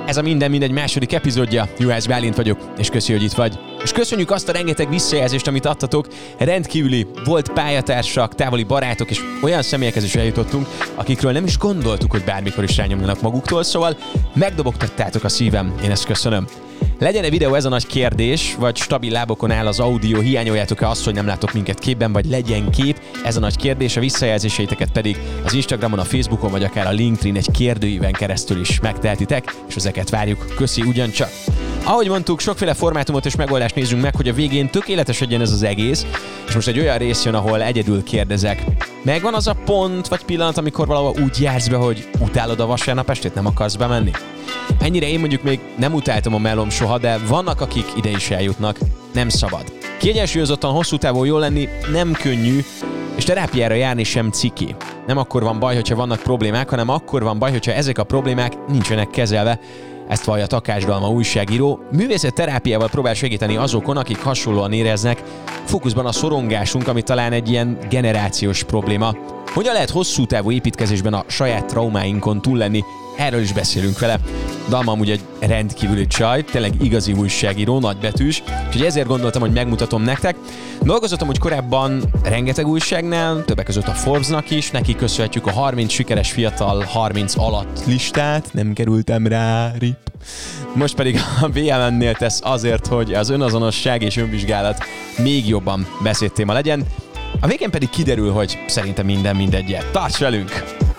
Ez a Minden Mindegy második epizódja. Juhász Bálint vagyok, és köszi, hogy itt vagy. És köszönjük azt a rengeteg visszajelzést, amit adtatok. Rendkívüli, volt pályatársak, távoli barátok, és olyan személyekhez is eljutottunk, akikről nem is gondoltuk, hogy bármikor is rányomjanak maguktól, szóval megdobogtattátok a szívem, én ezt köszönöm. Legyen-e videó, ez a nagy kérdés, vagy stabil lábokon áll az audio, hiányoljátok-e azt, hogy nem látok minket képben, vagy legyen kép, ez a nagy kérdés, a visszajelzéseiteket pedig az Instagramon, a Facebookon, vagy akár a LinkedIn egy kérdőíven keresztül is megtehetitek, és ezeket várjuk. Köszi ugyancsak! Ahogy mondtuk, sokféle formátumot és megoldást nézzünk meg, hogy a végén tökéletesedjen ez az egész, és most egy olyan rész jön, ahol egyedül kérdezek. Megvan az a pont vagy pillanat, amikor valahol úgy jársz be, hogy utálod a vasárnap estét, nem akarsz bemenni? Ennyire én mondjuk még nem utáltam a melóm soha, de vannak, akik ide is eljutnak. Nem szabad. Kiegyensúlyozottan hosszú távon jól lenni nem könnyű, és terápiára járni sem ciki. Nem akkor van baj, hogyha vannak problémák, hanem akkor van baj, hogyha ezek a problémák nincsenek kezelve. Ezt vallja Takács Dalma újságíró. Művészetterápiával próbál segíteni azokon, akik hasonlóan éreznek. Fókuszban a szorongásunk, ami talán egy ilyen generációs probléma. Hogyan lehet hosszú távú építkezésben a saját traumáinkon túl lenni? Erről is beszélünk vele. Dalma amúgy egy rendkívüli csaj, tényleg igazi újságíró, nagybetűs, úgyhogy ezért gondoltam, hogy megmutatom nektek. Dolgozottam úgy korábban rengeteg újságnál, többek között a Forbesnak is, neki köszönhetjük a 30 sikeres fiatal 30 alatt listát, nem kerültem rá, rip. Most pedig a BLM-nél tesz azért, hogy az önazonosság és önvizsgálat még jobban beszédtéma legyen. A végén pedig kiderül, hogy szerintem minden mindegyet. Tarts velünk!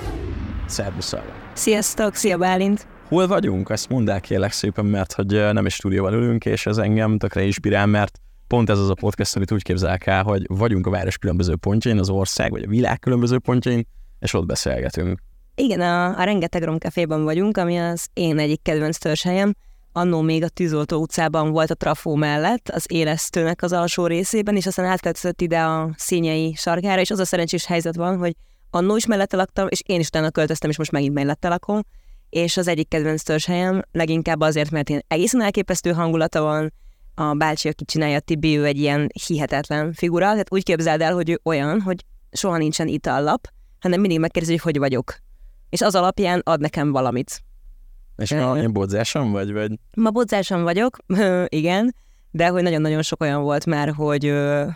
Szervusz! Sziasztok, szia Bálint! Hol vagyunk? Ezt mondd el kérlek szépen, mert hogy nem is stúdióban ülünk, és ez engem tökre inspirál, mert pont ez az a podcast, amit úgy képzelek el, hogy vagyunk a város különböző pontjain, az ország vagy a világ különböző pontjain, és ott beszélgetünk. Igen, a Rengeteg Rom Caféban vagyunk, ami az én egyik kedvenc törzshelyem. Annó még a Tűzoltó utcában volt a trafó mellett, az élesztőnek az alsó részében, és aztán átköltözött ide a Színyei sarkára, és az a szerencsés helyzet van, hogy annó is mellette laktam, és én is utána költöztem, és most megint mellette lakom, és az egyik kedvenc törzshelyem, leginkább azért, mert én egészen elképesztő hangulata van, a bácsi, aki csinálja, Tibi, ő egy ilyen hihetetlen figura, tehát úgy képzeld el, hogy ő olyan, hogy soha nincsen itallap, hanem mindig megkérdezi, hogy hogy vagyok. És az alapján ad nekem valamit. És ma én bodzásom vagy? Ma bodzásom vagyok, igen, de hogy nagyon-nagyon sok olyan volt már, hogy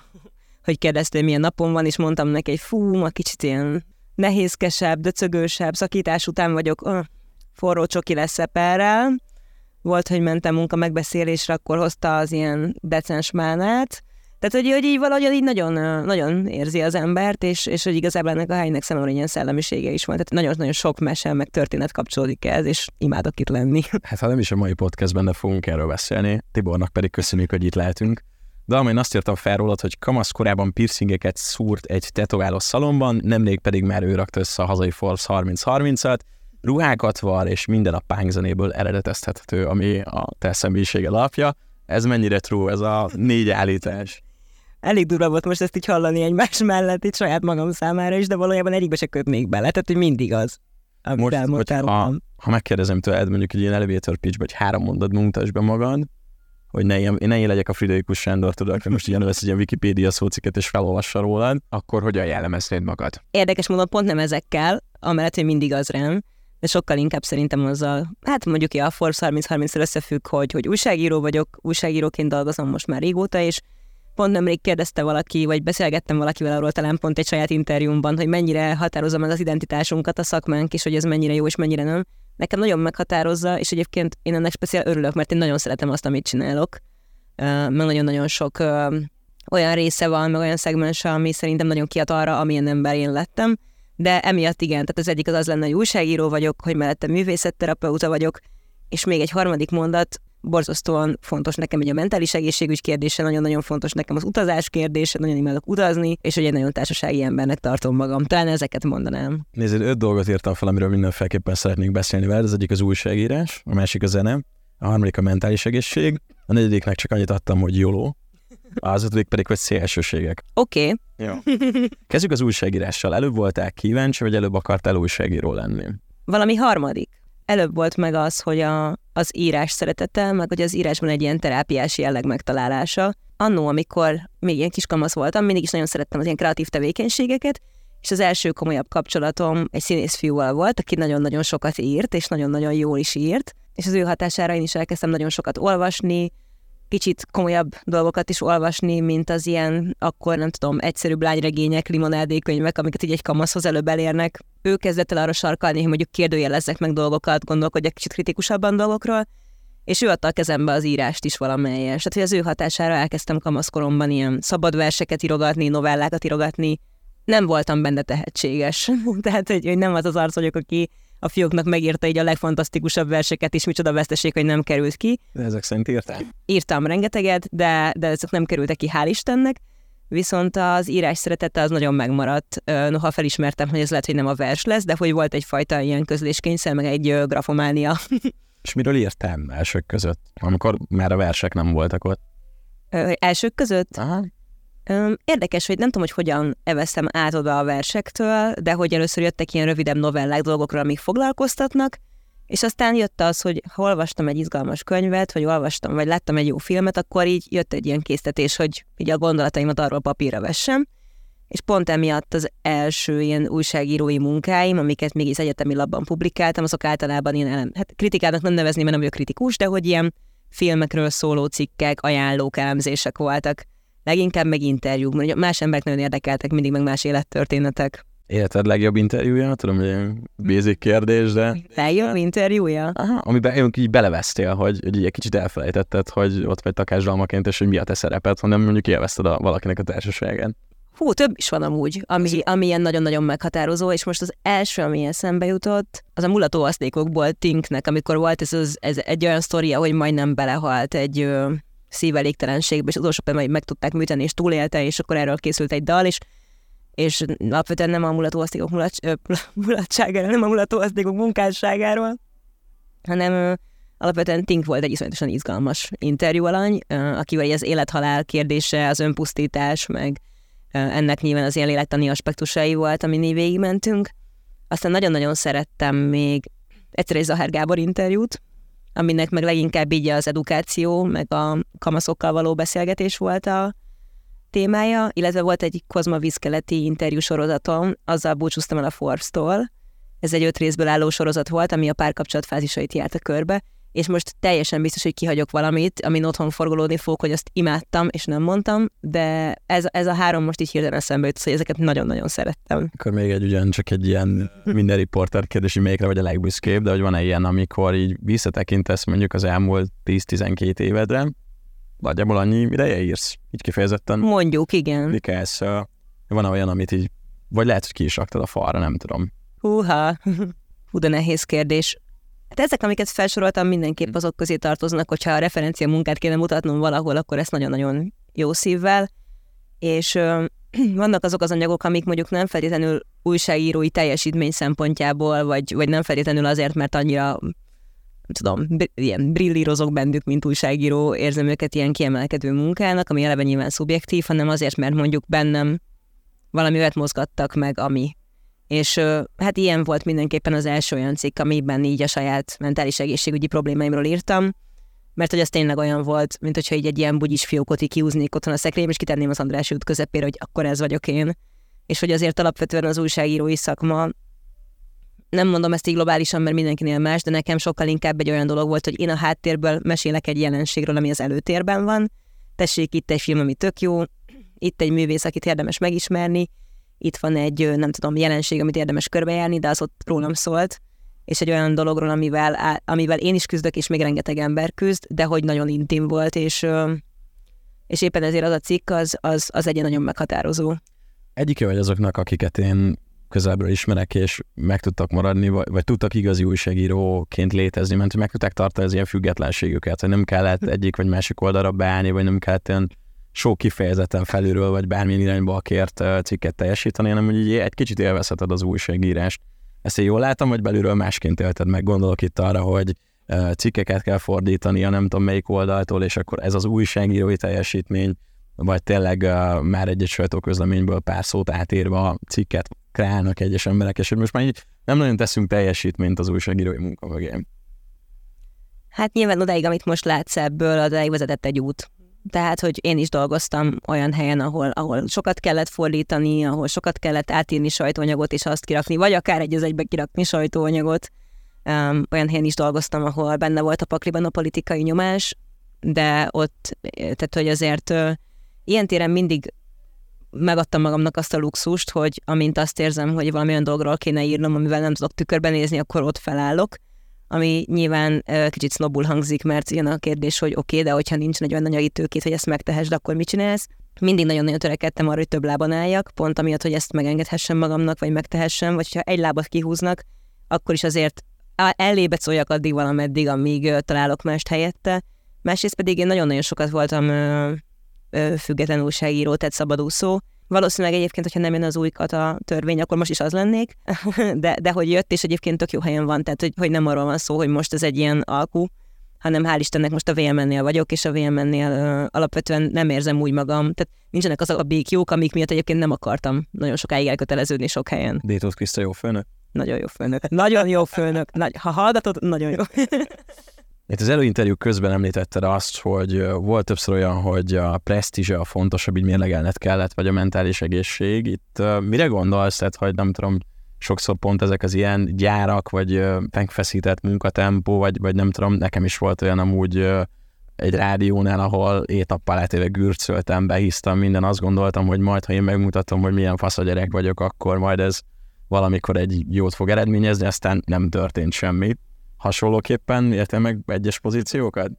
kérdezte, hogy milyen napom van, és mondtam neki, hogy fú, ma kicsit ilyen nehézkesebb, döcögősebb, szakítás után vagyok, forró csoki lesz szeperrel. Volt, hogy mentem munka megbeszélésre, akkor hozta az ilyen decens málnát. Tehát, hogy így valahogy így nagyon, nagyon érzi az embert, és hogy igazából ennek a helynek számomra ilyen szellemisége is van. Tehát nagyon-nagyon sok mese, meg történet kapcsolódik ehhez, és imádok itt lenni. Hát ha nem is a mai podcastben, de fogunk erről beszélni. Tibornak pedig köszönjük, hogy itt lehetünk. De én azt írtam fel rólad, hogy kamasz korában piercingeket szúrt egy tetováló szalomban, nemrég pedig már ő rakta össze a hazai Forbes 30-30-at, ruhákat var, és minden a punk zenéből eredeteztethető, ami a te személyiséged alapja. Ez mennyire true, ez a 4 állítás? Elég durva volt most ezt így hallani egymás mellett, itt saját magam számára is, de valójában egyikbe se kötnék bele, tehát hogy mindig az. Most, ha megkérdezem tőled mondjuk egy ilyen elevator pitch, vagy 3 mondatban mutasd be magad, hogy ne én legyek a Friderikus Sándor, tudod, hogy most ilyen vesz egy ilyen Wikipédia szóciket és felolvassa rólad, akkor hogyan jellemeznéd magad? Érdekes módon pont nem ezekkel, amellett, hogy mindig az rám, de sokkal inkább szerintem azzal, hát mondjuk a Forbes 30-30-szel összefügg, hogy újságíró vagyok, újságíróként dolgozom most már régóta, és pont nemrég kérdezte valaki, vagy beszélgettem valakivel arról talán pont egy saját interjúmban, hogy mennyire határozza meg az identitásunkat a szakmánk, és hogy ez mennyire jó, és mennyire nem. Nekem nagyon meghatározza, és egyébként én ennek speciál örülök, mert én nagyon szeretem azt, amit csinálok. Meg nagyon-nagyon sok olyan része van, meg olyan szegmens, ami szerintem nagyon kiad arra, amilyen ember én lettem. De emiatt igen, tehát az egyik az lenne, hogy újságíró vagyok, hogy mellette művészetterapeuta vagyok, és még egy harmadik mondat, borzasztóan fontos nekem egy a mentális egészségügy kérdése, nagyon-nagyon fontos nekem az utazás kérdése, nagyon imádok utazni, és hogy egy nagyon társasági embernek tartom magam. Talán ezeket mondanám. Nézd, 5 dolgot írtam fel, amiről mindenféleképpen szeretnék beszélni veled. Az egyik az újságírás, a másik a zene, a harmadik a mentális egészség, a negyediknek csak annyit adtam, hogy YOLO, az ötödik pedig, hogy szélsőségek. Oké. Jó. Kezdjük az újságírással. Előbb voltál kíváncsi, vagy előbb akartál újságíró lenni? Valami harmadik. Előbb volt meg az, hogy az írás szeretete, meg hogy az írásban egy ilyen terápiás jelleg megtalálása. Annó, amikor még ilyen kiskamasz voltam, mindig is nagyon szerettem az ilyen kreatív tevékenységeket, és az első komolyabb kapcsolatom egy színészfiúval volt, aki nagyon-nagyon sokat írt, és nagyon-nagyon jól is írt. és az ő hatására én is elkezdtem nagyon sokat olvasni, kicsit komolyabb dolgokat is olvasni, mint az ilyen, akkor nem tudom, egyszerűbb lányregények, limonádékönyvek, amiket így egy kamaszhoz előbb elérnek. Ő kezdett el arra sarkalni, hogy mondjuk kérdőjelezzek meg dolgokat, gondolkodjak kicsit kritikusabban dolgokról, és ő adta a kezembe az írást is valamelyest. Tehát, hogy az ő hatására elkezdtem kamaszkoromban ilyen szabad verseket írogatni, novellákat írogatni. Nem voltam benne tehetséges. Tehát, hogy nem az az arc vagyok, aki a fióknak megírta így a legfantasztikusabb verseket, és micsoda veszteség, hogy nem került ki. De ezek szerint írtál? Írtam rengeteget, de ezek nem kerültek ki, hál' Istennek. Viszont az írás szeretete az nagyon megmaradt. Noha felismertem, hogy ez lehet, hogy nem a vers lesz, de hogy volt egyfajta ilyen közléskényszer, meg egy grafománia. És miről írtál elsők között, amikor már a versek nem voltak ott? Elsők között? Aha. Érdekes, hogy nem tudom, hogy hogyan eveztem át oda a versektől, de hogy először jöttek ilyen rövidebb novellák dolgokról, amik foglalkoztatnak, és aztán jött az, hogy ha olvastam egy izgalmas könyvet, vagy olvastam, vagy láttam egy jó filmet, akkor így jött egy ilyen késztetés, hogy így a gondolataimat arról papírra vessem, és pont emiatt az első ilyen újságírói munkáim, amiket még is egyetemi labban publikáltam, azok általában ilyen kritikának nem nevezni, mert nem vagyok kritikus, de hogy ilyen filmekről szóló cikkek, ajánlók, elemzések voltak. Leginkább meg interjúk, mert más emberek nagyon érdekeltek, mindig meg más élettörténetek. Életed legjobb interjúja? Tudom, hogy ilyen basic kérdés, de... Legjobb interjúja? Aha, amiben így belevesztél, hogy így egy kicsit elfelejtetted, hogy ott vagy takácsdalmaként, és hogy mi a te szereped, hanem mondjuk élvezted valakinek a társaságán. Hú, több is van amúgy, ami ilyen nagyon-nagyon meghatározó, és most az első, ami eszembe jutott, az a Mulató asztékokból Tinknek, amikor volt ez egy olyan sztoria, hogy majdnem belehalt egy szívelégtelenségbe, és az utolsó pillanatban meg tudták műteni, és túlélte, és akkor erről készült egy dal, és alapvetően nem a Mulató asztékok mulatságáról, nem a Mulató asztékok munkásságáról, hanem alapvetően Tink volt egy iszonyatosan izgalmas interjú alany, akivel az élet-halál kérdése, az önpusztítás, meg ennek nyilván az ilyen lélektani aspektusai volt, amin így végigmentünk. Aztán nagyon-nagyon szerettem még egyszer egy Zahár Gábor interjút, aminek meg leginkább így az edukáció, meg a kamaszokkal való beszélgetés volt a témája, illetve volt egy Kozma vízkeleti interjú sorozatom, azzal búcsúztam el a Forbes-tól. Ez egy 5 részből álló sorozat volt, ami a párkapcsolat fázisait járta körbe, és most teljesen biztos, hogy kihagyok valamit, amin otthon forgolódni fog, hogy azt imádtam, és nem mondtam, de ez a 3 most így hirtelen eszembe jut, hogy ezeket nagyon-nagyon szerettem. Akkor még ugyancsak egy ilyen minden riporter kérdés, hogy melyikre vagy a legbüszkébb, de hogy van-e ilyen, amikor így visszatekintesz mondjuk az elmúlt 10-12 évedre, nagyjából annyi ideje írsz, így kifejezetten? Mondjuk, igen. Van olyan, amit így, vagy lehet, hogy ki is raktad a falra, nem tudom. Hú, de nehéz kérdés. Hát ezek, amiket felsoroltam, mindenképp azok közé tartoznak, hogyha a referencia munkát kéne mutatnom valahol, akkor ezt nagyon-nagyon jó szívvel. És vannak azok az anyagok, amik mondjuk nem feltétlenül újságírói teljesítmény szempontjából, vagy nem feltétlenül azért, mert annyira, nem tudom, ilyen brillírozok bennük, mint újságíró, érzem őket ilyen kiemelkedő munkának, ami eleve nyilván szubjektív, hanem azért, mert mondjuk bennem valami olyat mozgattak meg, ami. És hát ilyen volt mindenképpen az első olyan cikk, amiben így a saját mentális egészségügyi problémáimról írtam, mert hogy az tényleg olyan volt, mint hogyha így egy ilyen bugyis fiókot így kiúznék otthon a szekrényem, és kitenném az Andrássy út közepére, hogy akkor ez vagyok én. És hogy azért alapvetően az újságírói szakma, nem mondom ezt így globálisan, mert mindenkinél más, de nekem sokkal inkább egy olyan dolog volt, hogy én a háttérből mesélek egy jelenségről, ami az előtérben van. Tessék, itt egy film, ami tök jó, itt egy művész, akit érdemes megismerni, itt van egy, nem tudom, jelenség, amit érdemes körbejárni, de az ott rólam szólt, és egy olyan dologról, amivel én is küzdök, és még rengeteg ember küzd, de hogy nagyon intim volt, és éppen ezért az a cikk, az egy nagyon meghatározó. Egyike vagy azoknak, akiket én közelből ismerek, és meg tudtak maradni, vagy tudtak igazi újságíróként létezni, mert meg tudták tartani az ilyen függetlenségüket, hogy nem kellett egyik vagy másik oldalra beállni, vagy nem kellett ilyen sok kifejezetten felülről, vagy bármilyen irányba kért cikket teljesíteni, hanem hogy így egy kicsit élvezheted az újságírást. Ezt én jól látom, hogy belülről másként élted meg. Gondolok itt arra, hogy cikkeket kell fordítani a nem tudom melyik oldaltól, és akkor ez az újságírói teljesítmény, vagy tényleg már egy sajtóközleményből pár szót átírva cikket kreálnak egyes emberek, és hogy most már így nem nagyon teszünk teljesítményt az újságírói munka mögé. Hát nyilván odáig, amit most látsz ebből, odáig vezetett egy út. Tehát, hogy én is dolgoztam olyan helyen, ahol sokat kellett fordítani, ahol sokat kellett átírni sajtóanyagot, és azt kirakni, vagy akár egy az egybe kirakni sajtóanyagot, olyan helyen is dolgoztam, ahol benne volt a pakliban a politikai nyomás, de ott, tehát hogy azért ilyen téren mindig megadtam magamnak azt a luxust, hogy amint azt érzem, hogy valami olyan dologról kéne írnom, amivel nem tudok tükörben nézni, akkor ott felállok, ami nyilván kicsit sznobul hangzik, mert jön a kérdés, hogy oké, de hogyha nincs egy olyan anyagi tőkét, hogy ezt megtehessd, akkor mit csinálsz? Mindig nagyon-nagyon törekedtem arra, hogy több lábon álljak, pont amiatt, hogy ezt megengedhessem magamnak, vagy megtehessem, vagy ha egy lábat kihúznak, akkor is azért ellébe szóljak addig valameddig, amíg találok mást helyette. Másrészt pedig én nagyon-nagyon sokat voltam független újságíró, tehát szabadúszó. Valószínűleg egyébként, hogyha nem jön az új kata törvény, akkor most is az lennék, de hogy jött, és egyébként tök jó helyen van, tehát hogy nem arról van szó, hogy most ez egy ilyen alkú, hanem hál' Istennek most a VMN-nél vagyok, és a VMN-nél alapvetően nem érzem úgy magam, tehát nincsenek azok a békjók, amik miatt egyébként nem akartam nagyon sokáig elköteleződni sok helyen. Détóth Kriszta jó főnök? Nagyon jó főnök. Nagyon jó főnök. Ha hallgatod, nagyon jó. Itt az előinterjú közben említetted azt, hogy volt többször olyan, hogy a presztízse a fontosabb, így mérlegelned kellett, vagy a mentális egészség. Itt mire gondolsz, tehát, hogy nem tudom, sokszor pont ezek az ilyen gyárak, vagy megfeszített munkatempó, vagy nem tudom, nekem is volt olyan amúgy egy rádiónál, ahol éjnappal átéve gürcöltem, behisztam minden, azt gondoltam, hogy majd, ha én megmutatom, hogy milyen fasz a gyerek vagyok, akkor majd ez valamikor egy jót fog eredményezni, aztán nem történt semmi. Hasonlóképpen értem meg egyes pozíciókat?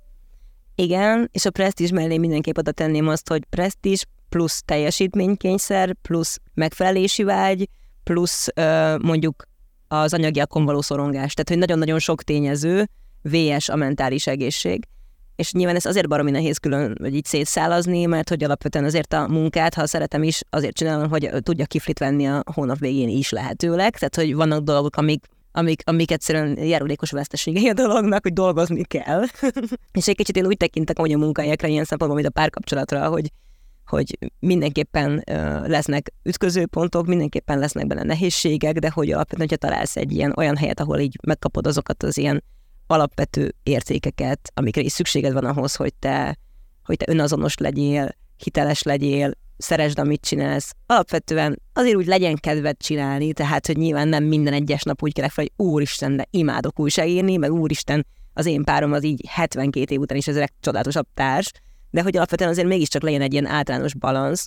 Igen, és a presztízs mellé mindenképp oda tenném azt, hogy presztízs plusz teljesítménykényszer, plusz megfelelési vágy, plusz mondjuk az anyagiakon való szorongás. Tehát, hogy nagyon-nagyon sok tényező, VS a mentális egészség. És nyilván ez azért baromi nehéz külön, vagy így szétszálazni, mert hogy alapvetően azért a munkát, ha szeretem is, azért csinálom, hogy tudja kiflit venni a hónap végén is lehetőleg. Tehát, hogy vannak dolgok, amik egyszerűen járulékos veszteségei a dolognak, hogy dolgozni kell. És egy kicsit én úgy tekintek, hogy a munkahelyekre ilyen szempontból, mint a párkapcsolatra, hogy mindenképpen lesznek ütközőpontok, mindenképpen lesznek benne nehézségek, de hogy alapvetően, hogyha találsz egy ilyen olyan helyet, ahol így megkapod azokat az ilyen alapvető értékeket, amikre is szükséged van ahhoz, hogy te önazonos legyél, hiteles legyél, szeresd, amit csinálsz. Alapvetően azért úgy legyen kedved csinálni, tehát, hogy nyilván nem minden egyes nap úgy kelek fel, hogy úristen, de imádok újságírni, meg úristen, az én párom az így 72 év után is ez a legcsodálatosabb társ, de hogy alapvetően azért mégiscsak legyen egy ilyen általános balansz.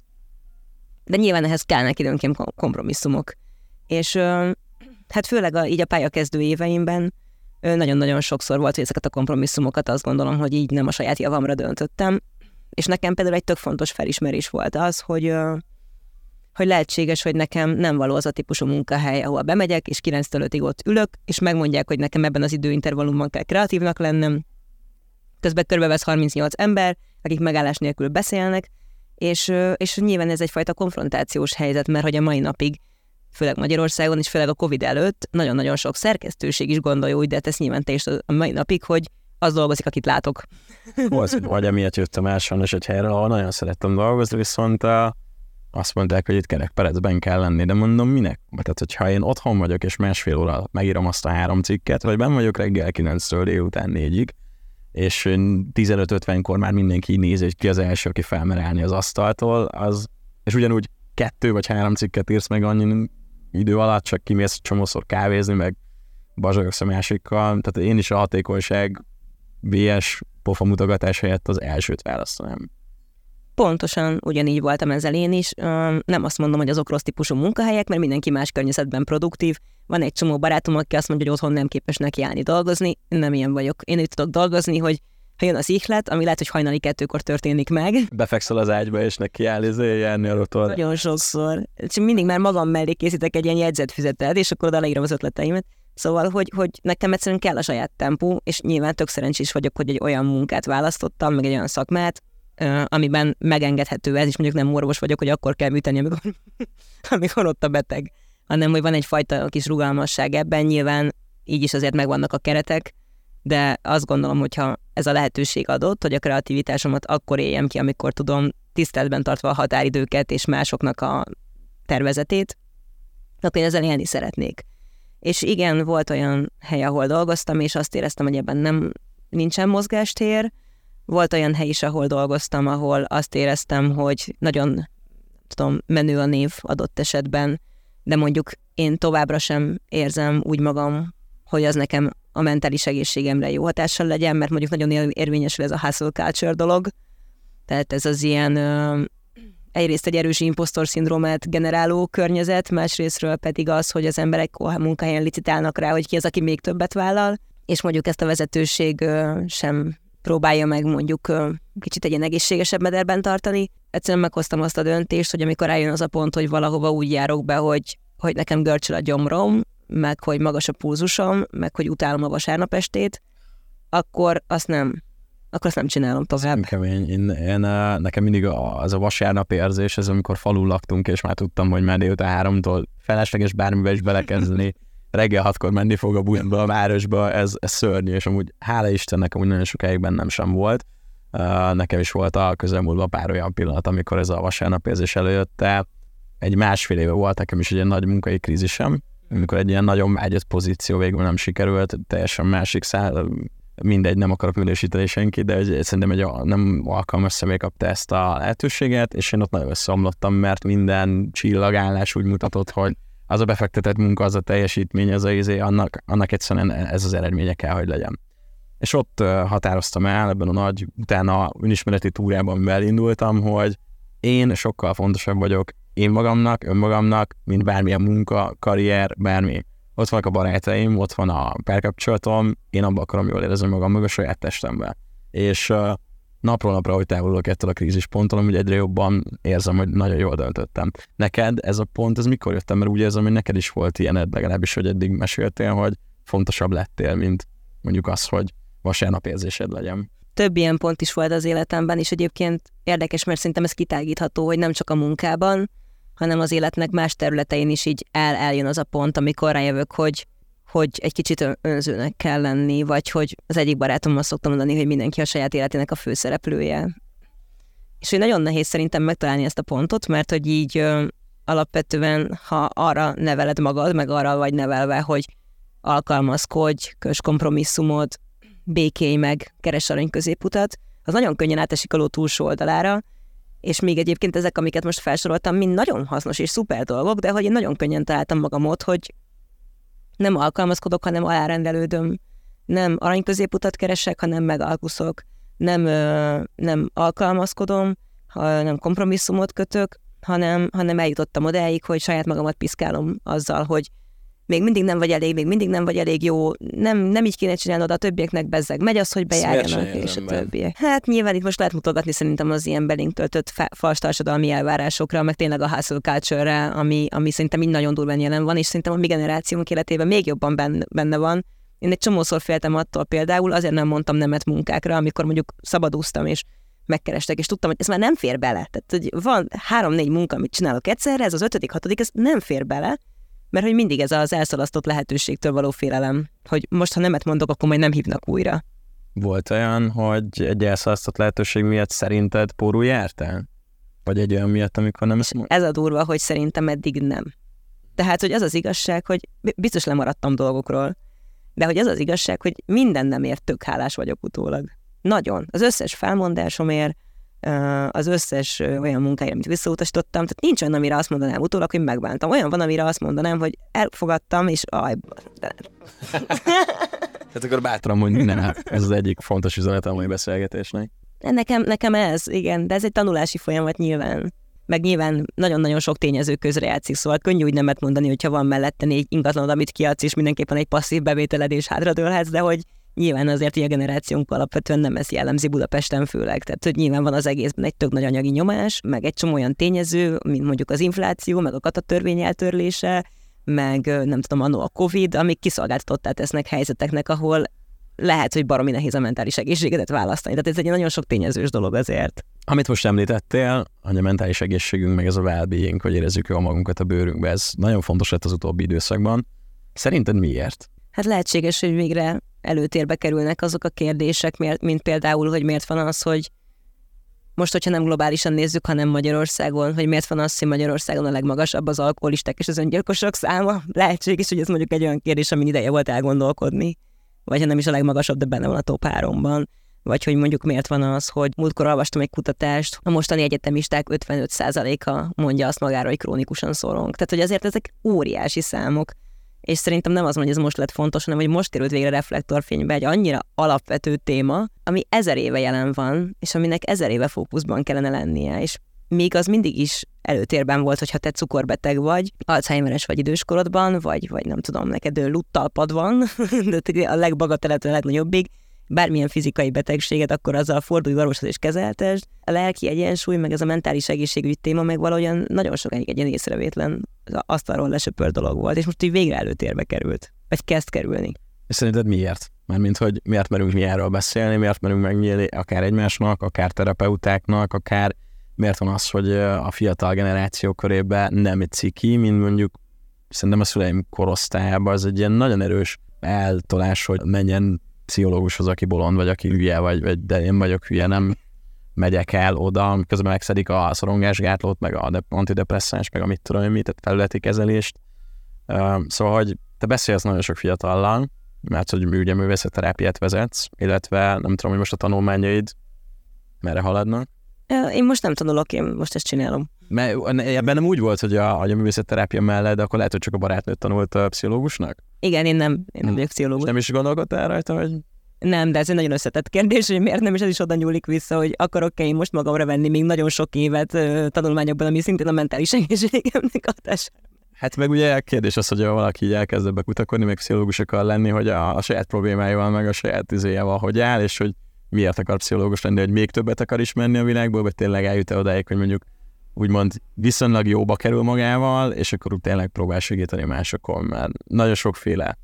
De nyilván ehhez kellnek időnként kompromisszumok. És hát főleg így a pályakezdő éveimben nagyon-nagyon sokszor volt, hogy ezeket a kompromisszumokat azt gondolom, hogy így nem a saját javamra döntöttem. És nekem például egy tök fontos felismerés volt az, hogy lehetséges, hogy nekem nem való az a típusú munkahely, ahol bemegyek, és 9-től 5-ig ott ülök, és megmondják, hogy nekem ebben az időintervallumban kell kreatívnak lennem. Közben körbevesz 38 ember, akik megállás nélkül beszélnek, és nyilván ez egyfajta konfrontációs helyzet, mert hogy a mai napig, főleg Magyarországon, és főleg a Covid előtt nagyon-nagyon sok szerkesztőség is gondolja úgy, de ezt nyilván te is a mai napig, hogy az dolgozik, akit látok. Vagy emiatt jöttem el sajnos egy helyre, ahol nagyon szerettem dolgozni, viszont azt mondták, hogy itt kerekperecben kell lenni, de mondom, minek? Tehát, hogyha én otthon vagyok, és másfél óra megírom azt a 3 cikket, vagy benn vagyok reggel 9-től délután 4-ig, és 15-50-kor már mindenki nézi, hogy ki az első, aki felmer állni az asztaltól, és ugyanúgy 2 vagy 3 cikket írsz meg annyi idő alatt, csak kimész csomószor kávézni, meg bazsajogsz a másikkal. Tehát én is a hatékonyság VS pofamutogatás helyett az elsőt választanám. Pontosan ugyanígy voltam ezzel én is. Nem azt mondom, hogy azok rossz típusú munkahelyek, mert mindenki más környezetben produktív. Van egy csomó barátom, aki azt mondja, hogy otthon nem képes nekiállni dolgozni. Nem ilyen vagyok. Én úgy tudok dolgozni, hogy ha jön az ihlet, ami lehet, hogy hajnali 2-kor történik meg. Befekszel az ágyba, és nekiáll járni a rotor. Nagyon sokszor. Csak mindig már magam mellé készítek egy ilyen jegyzetfüzetet, és akkor oda leírom az ötleteimet. Szóval, hogy nekem egyszerűen kell a saját tempó, és nyilván tök szerencsés vagyok, hogy egy olyan munkát választottam, meg egy olyan szakmát, amiben megengedhető ez, és mondjuk nem orvos vagyok, hogy akkor kell műteni, amikor ott a beteg, hanem hogy van egyfajta kis rugalmasság ebben, nyilván így is azért megvannak a keretek, de azt gondolom, hogyha ez a lehetőség adott, hogy a kreativitásomat akkor éljem ki, amikor tudom, tiszteletben tartva a határidőket és másoknak a tervezetét, akkor én ezzel élni szeretnék. És igen, volt olyan hely, ahol dolgoztam, és azt éreztem, hogy ebben nincsen mozgástér. Volt olyan hely is, ahol dolgoztam, ahol azt éreztem, hogy nagyon menő a név adott esetben, de mondjuk én továbbra sem érzem úgy magam, hogy az nekem a mentális egészségemre jó hatással legyen, mert mondjuk nagyon érvényesül ez a hustle culture dolog, tehát ez az ilyen egyrészt egy erős imposztor-szindrómát generáló környezet, másrésztről pedig az, hogy az emberek a munkahelyen licitálnak rá, hogy ki az, aki még többet vállal, és mondjuk ezt a vezetőség sem próbálja meg mondjuk kicsit egy ilyen egészségesebb mederben tartani. Egyszerűen meghoztam azt a döntést, hogy amikor eljön az a pont, hogy valahova úgy járok be, hogy nekem görcsöl a gyomrom, meg hogy magas a pulzusom, meg hogy utálom a vasárnap estét, akkor azt nem csinálom tovább. Kemény. Nekem mindig az a vasárnap érzés, ez amikor falun laktunk, és már tudtam, hogy már délután 3-tól felesleges bármivel is belekezdeni, reggel 6-kor menni fog a buliba, a városba, ez szörnyű, és amúgy hála Istennek amúgy nagyon sokáig bennem sem volt. Nekem is volt a közelmúltban pár olyan pillanat, amikor ez a vasárnap érzés előjött, de egy másfél éve volt nekem is egy ilyen nagy munkai krízisem, amikor egy ilyen nagyon vágyott pozíció végül nem sikerült, teljesen másik mindegy, nem akarok minősíteni senkit, de szerintem egy nem alkalmas személy kapta ezt a lehetőséget, és én ott nagyon összeomlottam, mert minden csillagállás úgy mutatott, hogy az a befektetett munka, az a teljesítmény, az a annak egyszerűen ez az eredménye kell, hogy legyen. És ott határoztam el ebben a nagy, utána önismereti túrában, amivel indultam, hogy én sokkal fontosabb vagyok én magamnak, önmagamnak, mint bármilyen munka, karrier, bármi. Ott vannak a barátaim, ott van a párkapcsolatom, én abban akarom jól érezni magam meg a saját testemben. És napról napra, hogy távolulok ettől a krízisponttól, hogy egyre jobban érzem, hogy nagyon jól döntöttem. Neked ez a pont, ez mikor jöttem? Mert úgy érzem, hogy neked is volt ilyened, legalábbis, hogy eddig meséltél, hogy fontosabb lettél, mint mondjuk az, hogy vasárnap érzésed legyen. Több ilyen pont is volt az életemben, és egyébként érdekes, mert szerintem ez kitágítható, hogy nem csak a munkában, hanem az életnek más területein is így eljön az a pont, amikor rájövök, hogy egy kicsit önzőnek kell lenni, vagy hogy az egyik barátommal szoktam mondani, hogy mindenki a saját életének a főszereplője. És hogy nagyon nehéz szerintem megtalálni ezt a pontot, mert hogy így alapvetően, ha arra neveled magad, meg arra vagy nevelve, hogy alkalmazkodj, kös kompromisszumot, békélj meg, keres arany középutat, az nagyon könnyen átesik a ló túlsó oldalára, és még egyébként ezek, amiket most felsoroltam, mind nagyon hasznos és szuper dolgok, de hogy én nagyon könnyen találtam magamot, hogy nem alkalmazkodok, hanem alárendelődöm. Nem aranyközéputat keresek, hanem megalkuszok. Nem alkalmazkodom, nem kompromisszumot kötök, hanem eljutottam odáig, hogy saját magamat piszkálom azzal, hogy még mindig nem vagy elég jó, nem így kéne csinálnod, a többieknek bezzeg megy az, hogy bejárjanak, és a többiek. Hát nyilván itt most lehet mutogatni szerintem az ilyen belénk töltött fals társadalmi elvárásokra, meg tényleg a hustle culture-re, ami szerintem így nagyon durván jelen van, és szerintem a mi generációnk életében még jobban benne van. Én egy csomószor féltem attól például, azért nem mondtam nemet munkákra, amikor mondjuk szabadúztam, és megkerestek, és tudtam, hogy ez már nem fér bele. Tehát, hogy van 3-4 munka, amit csinálok egyszerre, ez az 5., 6., ez nem fér bele, mert hogy mindig ez az elszalasztott lehetőségtől való félelem, hogy most, ha nemet mondok, akkor majd nem hívnak újra. Volt olyan, hogy egy elszalasztott lehetőség miatt szerinted pórul jártál? Vagy egy olyan miatt, amikor nem... Ez a durva, hogy szerintem eddig nem. Tehát, hogy az az igazság, hogy biztos lemaradtam dolgokról, de hogy az az igazság, hogy minden nemért tök hálás vagyok utólag. Nagyon. Az összes felmondásomért, az összes olyan munkáért, amit visszautasítottam, tehát nincs olyan, amire azt mondanám utólag, hogy megbántam. Olyan van, amire azt mondanám, hogy elfogadtam, és Tehát akkor bátran mondj minden, ez az egyik fontos üzenet a mai beszélgetésnek. Nekem ez, igen, de ez egy tanulási folyamat nyilván. Meg nyilván nagyon-nagyon sok tényező közre játszik, szóval könnyű úgy nemet mondani, hogyha van mellette 4 ingatlanod, amit kiadsz, és mindenképpen egy passzív bevételed, és hátradőlhetsz, de hogy nyilván azért, hogy a generációnk alapvetően nem ez jellemzi Budapesten főleg. Tehát, hogy nyilván van az egészben egy tök nagy anyagi nyomás, meg egy csomó olyan tényező, mint mondjuk az infláció, meg a katatörvény eltörlése, meg nem tudom, annó a Covid, amik kiszolgáltatottá tesznek helyzeteknek, ahol lehet, hogy baromi nehéz a mentális egészségedet választani. Tehát ez egy nagyon sok tényezős dolog azért. Amit most említettél, hogy a mentális egészségünk, meg ez a well-being, hogy érezzük jól magunkat a bőrünkbe, ez nagyon fontos lett az utóbbi időszakban. Szerinted miért? Hát lehetséges, hogy végre előtérbe kerülnek azok a kérdések, mint például, hogy miért van az, hogy most, hogyha nem globálisan nézzük, hanem Magyarországon, hogy miért van az, hogy Magyarországon a legmagasabb az alkoholisták és az öngyilkosok száma. Lehetséges, hogy ez mondjuk egy olyan kérdés, amin ideje volt elgondolkodni. Vagy ha nem is a legmagasabb, de benne van a top 3-ban. Vagy hogy mondjuk miért van az, hogy múltkor olvastam egy kutatást, a mostani egyetemisták 55%-a mondja azt magára, hogy krónikusan szorong. Tehát, hogy azért ezek óriási számok. és szerintem nem az, hogy ez most lett fontos, hanem hogy most került végre reflektorfénybe egy annyira alapvető téma, ami 1000 éve jelen van, és aminek 1000 éve fókuszban kellene lennie, és még az mindig is előtérben volt, hogyha te cukorbeteg vagy, Alzheimeres vagy időskorodban, vagy nem tudom, neked luttalpad van, de a legbagatelető, a legnagyobbig, bármilyen fizikai betegséget, akkor azzal fordulj orvoshoz és kezeltesd. A lelki egyensúly, meg ez a mentális egészségügy téma, meg valahogyan nagyon sokáig egy ilyen észrevétlen, az asztalról lesöpört dolog volt, és most így végre előtérbe került, vagy kezd kerülni. És szerinted miért? Mármint, hogy miért merünk mi erről beszélni, miért merünk megnyílni akár egymásnak, akár terapeutáknak, akár miért van az, hogy a fiatal generáció körében nem egy ciki, mint mondjuk szerintem a szüleim korosztályában az egy ilyen nagyon erős eltolás, hogy menjen pszichológushoz, aki bolond, vagy aki hülye, vagy de én vagyok hülye, nem megyek el oda, közben megszedik a szorongásgátlót, meg a antidepresszáns, meg a mit tudom én mit, tehát felületi kezelést. Szóval, hogy te beszélsz nagyon sok fiatallal, mert hogy ugye művészetterápiát vezetsz, illetve nem tudom, hogy most a tanulmányaid merre haladnak. Én most nem tanulok, én most ezt csinálom. Mert ebben nem úgy volt, hogy a művészetterápia mellett, de akkor lehet, hogy csak a barátnőt tanult a pszichológusnak? Igen, én nem vagyok pszichológus. És nem is gondolkodtál rajta, hogy... Nem, de ez egy nagyon összetett kérdés, hogy miért nem, és ez is oda nyúlik vissza, hogy akarok-e én most magamra venni még nagyon sok évet tanulmányokban, ami szintén a mentális egészségemnek hatására. Hát meg ugye a kérdés az, hogy valaki így elkezd ebbe kutakodni, meg pszichológus akar lenni, hogy a saját problémáival, meg a saját izéjával hogy áll, és hogy miért akar pszichológus lenni, hogy még többet akar ismerni a világból, vagy tényleg eljut-e odáig, hogy mondjuk úgymond viszonylag jóba kerül magával, és akkor úgy tényleg próbál segíteni másokon, mert nagyon sokféle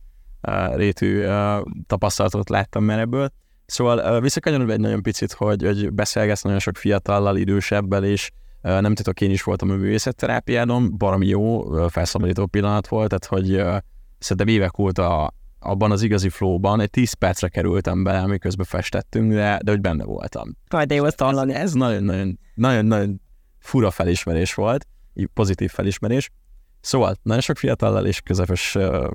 rétű tapasztalatot láttam már ebből. Szóval visszakanyarodva egy nagyon picit, hogy beszélgetsz nagyon sok fiatallal, idősebbel, és nem tudok, én is voltam a művészetterápiádon, baromi jó, felszabadító pillanat volt, tehát hogy szerintem évek óta abban az igazi flowban, egy 10 percre kerültem bele, miközben festettünk, de hogy benne voltam. De jó ezt hallani. Ez nagyon fura felismerés volt, pozitív felismerés. Szóval nagyon sok fiatallal és közepes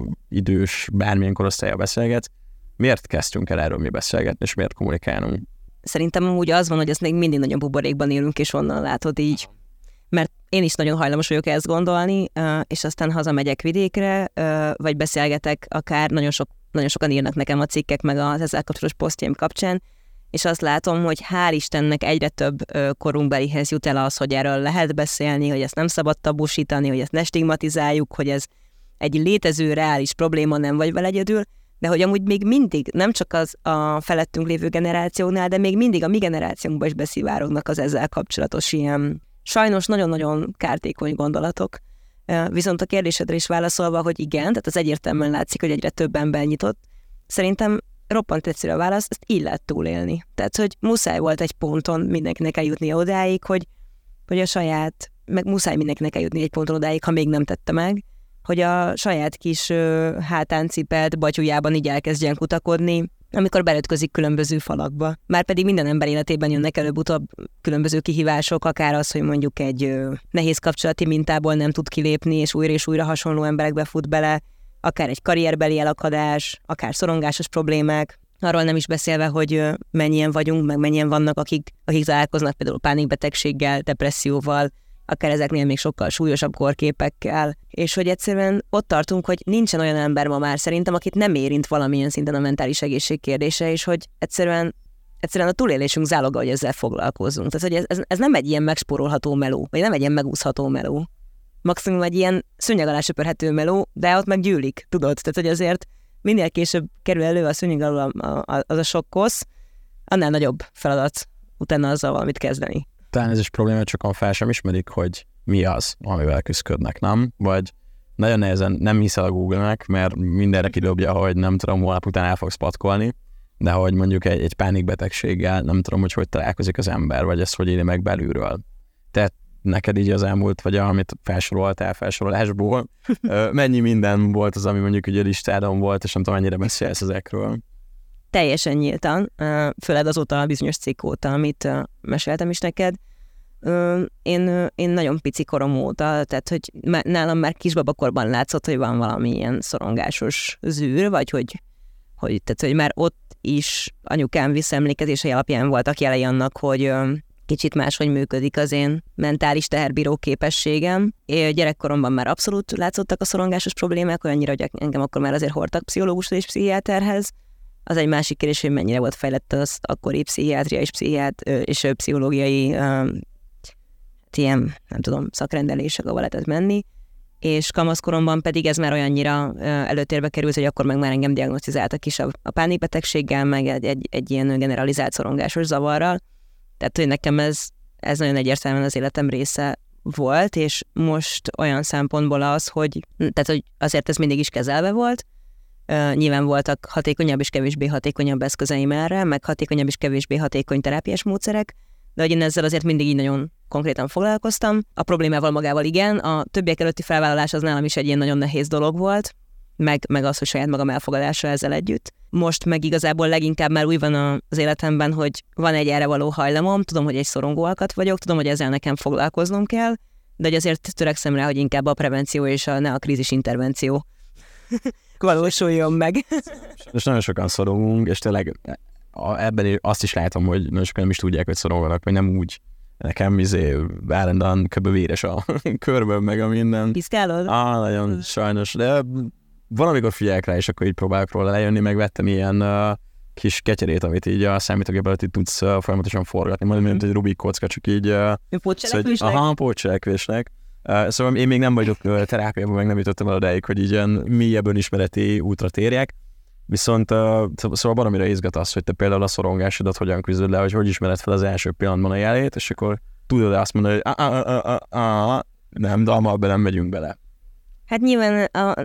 idős bármilyen korosztállyal beszélgetsz. Miért kezdtünk el erről mi beszélgetni, és miért kommunikálunk? Szerintem úgy az van, hogy ezt még mindig nagyon buborékban élünk, és onnan látod így. Mert én is nagyon hajlamos vagyok ezt gondolni, és aztán hazamegyek vidékre, vagy beszélgetek, akár nagyon sokan írnak nekem a cikkek, meg az ezzel kapcsolatos posztjaim kapcsán, és azt látom, hogy hál' Istennek egyre több korunkbelihez jut el az, hogy erről lehet beszélni, hogy ezt nem szabad tabusítani, hogy ezt ne stigmatizáljuk, hogy ez egy létező, reális probléma, nem vagy vele egyedül, de hogy amúgy még mindig, nem csak az a felettünk lévő generációnál, de még mindig a mi generációnkban is beszivárognak az ezzel kapcsolatos ilyen sajnos nagyon-nagyon kártékony gondolatok. Viszont a kérdésedre is válaszolva, hogy igen, tehát az egyértelműen látszik, hogy egyre több ember nyitott. Szerintem roppant egyszerű a válasz, ezt így lehet túlélni. Tehát, hogy muszáj volt egy ponton mindenkinek eljutnia odáig, hogy a saját, meg muszáj mindenkinek eljutni egy ponton odáig, ha még nem tette meg, hogy a saját kis hátán cipelt batyujában így elkezdjen kutakodni, amikor belötközik különböző falakba. Márpedig minden ember életében jönnek előbb-utóbb különböző kihívások, akár az, hogy mondjuk egy nehéz kapcsolati mintából nem tud kilépni, és újra hasonló emberekbe fut bele, akár egy karrierbeli elakadás, akár szorongásos problémák, arról nem is beszélve, hogy mennyien vagyunk, meg mennyien vannak, akik találkoznak például pánikbetegséggel, depresszióval, akár ezeknél még sokkal súlyosabb korképekkel, és hogy egyszerűen ott tartunk, hogy nincsen olyan ember ma már szerintem, akit nem érint valamilyen szinten a mentális egészség kérdése, és hogy egyszerűen a túlélésünk záloga, hogy ezzel foglalkozzunk. Tehát, hogy ez nem egy ilyen megspórolható meló, vagy nem egy ilyen megúszható meló. Maximum egy ilyen szőnyeg alá söpörhető meló, de ott meg gyűlik, tudod? Tehát, hogy azért minél később kerül elő a szőnyeg alól az a sok kosz, annál nagyobb feladat utána azzal valamit kezdeni. Talán ez is probléma, csak fel sem ismerik, hogy mi az, amivel küzdködnek, nem? Vagy nagyon nehezen nem hiszel a Google-nek, mert mindenre kidobja, hogy nem tudom, holnap után el fogsz patkolni, de hogy mondjuk egy pánikbetegséggel nem tudom, hogy találkozik az ember, vagy ezt hogy éli meg belülről. Tehát neked így az elmúlt, vagy amit felsoroltál felsorolásból, mennyi minden volt az, ami mondjuk ugye listádon volt, és nem tudom, mennyire beszélsz ezekről? Teljesen nyíltan, főleg azóta a bizonyos cikk óta, amit meséltem is neked. Én nagyon pici korom óta, tehát hogy nálam már kisbabakorban látszott, hogy van valami ilyen szorongásos zűr, vagy hogy már ott is anyukám visszaemlékezései alapján voltak jelei annak, hogy kicsit máshogy működik az én mentális teherbíró képességem. Gyerekkoromban már abszolút látszottak a szorongásos problémák, olyannyira, hogy engem akkor már azért hordtak pszichológushoz és pszichiáterhez. Az egy másik kérdés, hogy mennyire volt fejlett az akkori pszichiátria és pszichológiai ilyen, nem tudom, szakrendelések, ahol lehetett menni. És kamaszkoromban pedig ez már olyannyira előtérbe került, hogy akkor meg már engem diagnosztizáltak is a pánikbetegséggel, meg egy ilyen generalizált szorongásos zavarral. Tehát, hogy nekem ez nagyon egyértelműen az életem része volt, és most olyan szempontból az, hogy azért ez mindig is kezelve volt. Nyilván voltak hatékonyabb és kevésbé hatékonyabb eszközeim erre, meg hatékonyabb és kevésbé hatékony terápiás módszerek, de hogy én ezzel azért mindig így nagyon konkrétan foglalkoztam. A problémával magával igen, a többiek előtti felvállalás az nálam is egy ilyen nagyon nehéz dolog volt, meg az, hogy saját magam elfogadása ezzel együtt. Most meg igazából leginkább már úgy van az életemben, hogy van egy erre való hajlamom, tudom, hogy egy szorongó alkat vagyok, tudom, hogy ezzel nekem foglalkoznom kell, de hogy azért törekszem rá, hogy inkább a prevenció és ne a krízis intervenció valósuljon meg. És nagyon sokan szorongunk, és tényleg ebben azt is látom, hogy nagyon sokan nem is tudják, hogy szoronganak, vagy nem úgy. Nekem állandóan kb. Véres a körből, meg a minden. Piszkálod? Nagyon sajnos, de valamikor figyelek rá, és akkor így próbálok róla lejönni, megvettem ilyen kis ketyerét, amit így a számítógép előtt így tudsz folyamatosan forgatni, majd mint egy Rubik kocka, csak így... Pótcselekvésnek? Aha, pótcselekvésnek. Szóval én még nem vagyok terápiában, meg nem jutottam el odáig, hogy így ilyen mélyebb önismereti útra térjek. Viszont szóval baromira izgat az, hogy te például a szorongásodat hogyan küzdöd le, hogy ismered fel az első pillanatban a jelét, és akkor tudod-e azt mondani, hogy nem, dalma, nem megyünk bele. Hát nyilván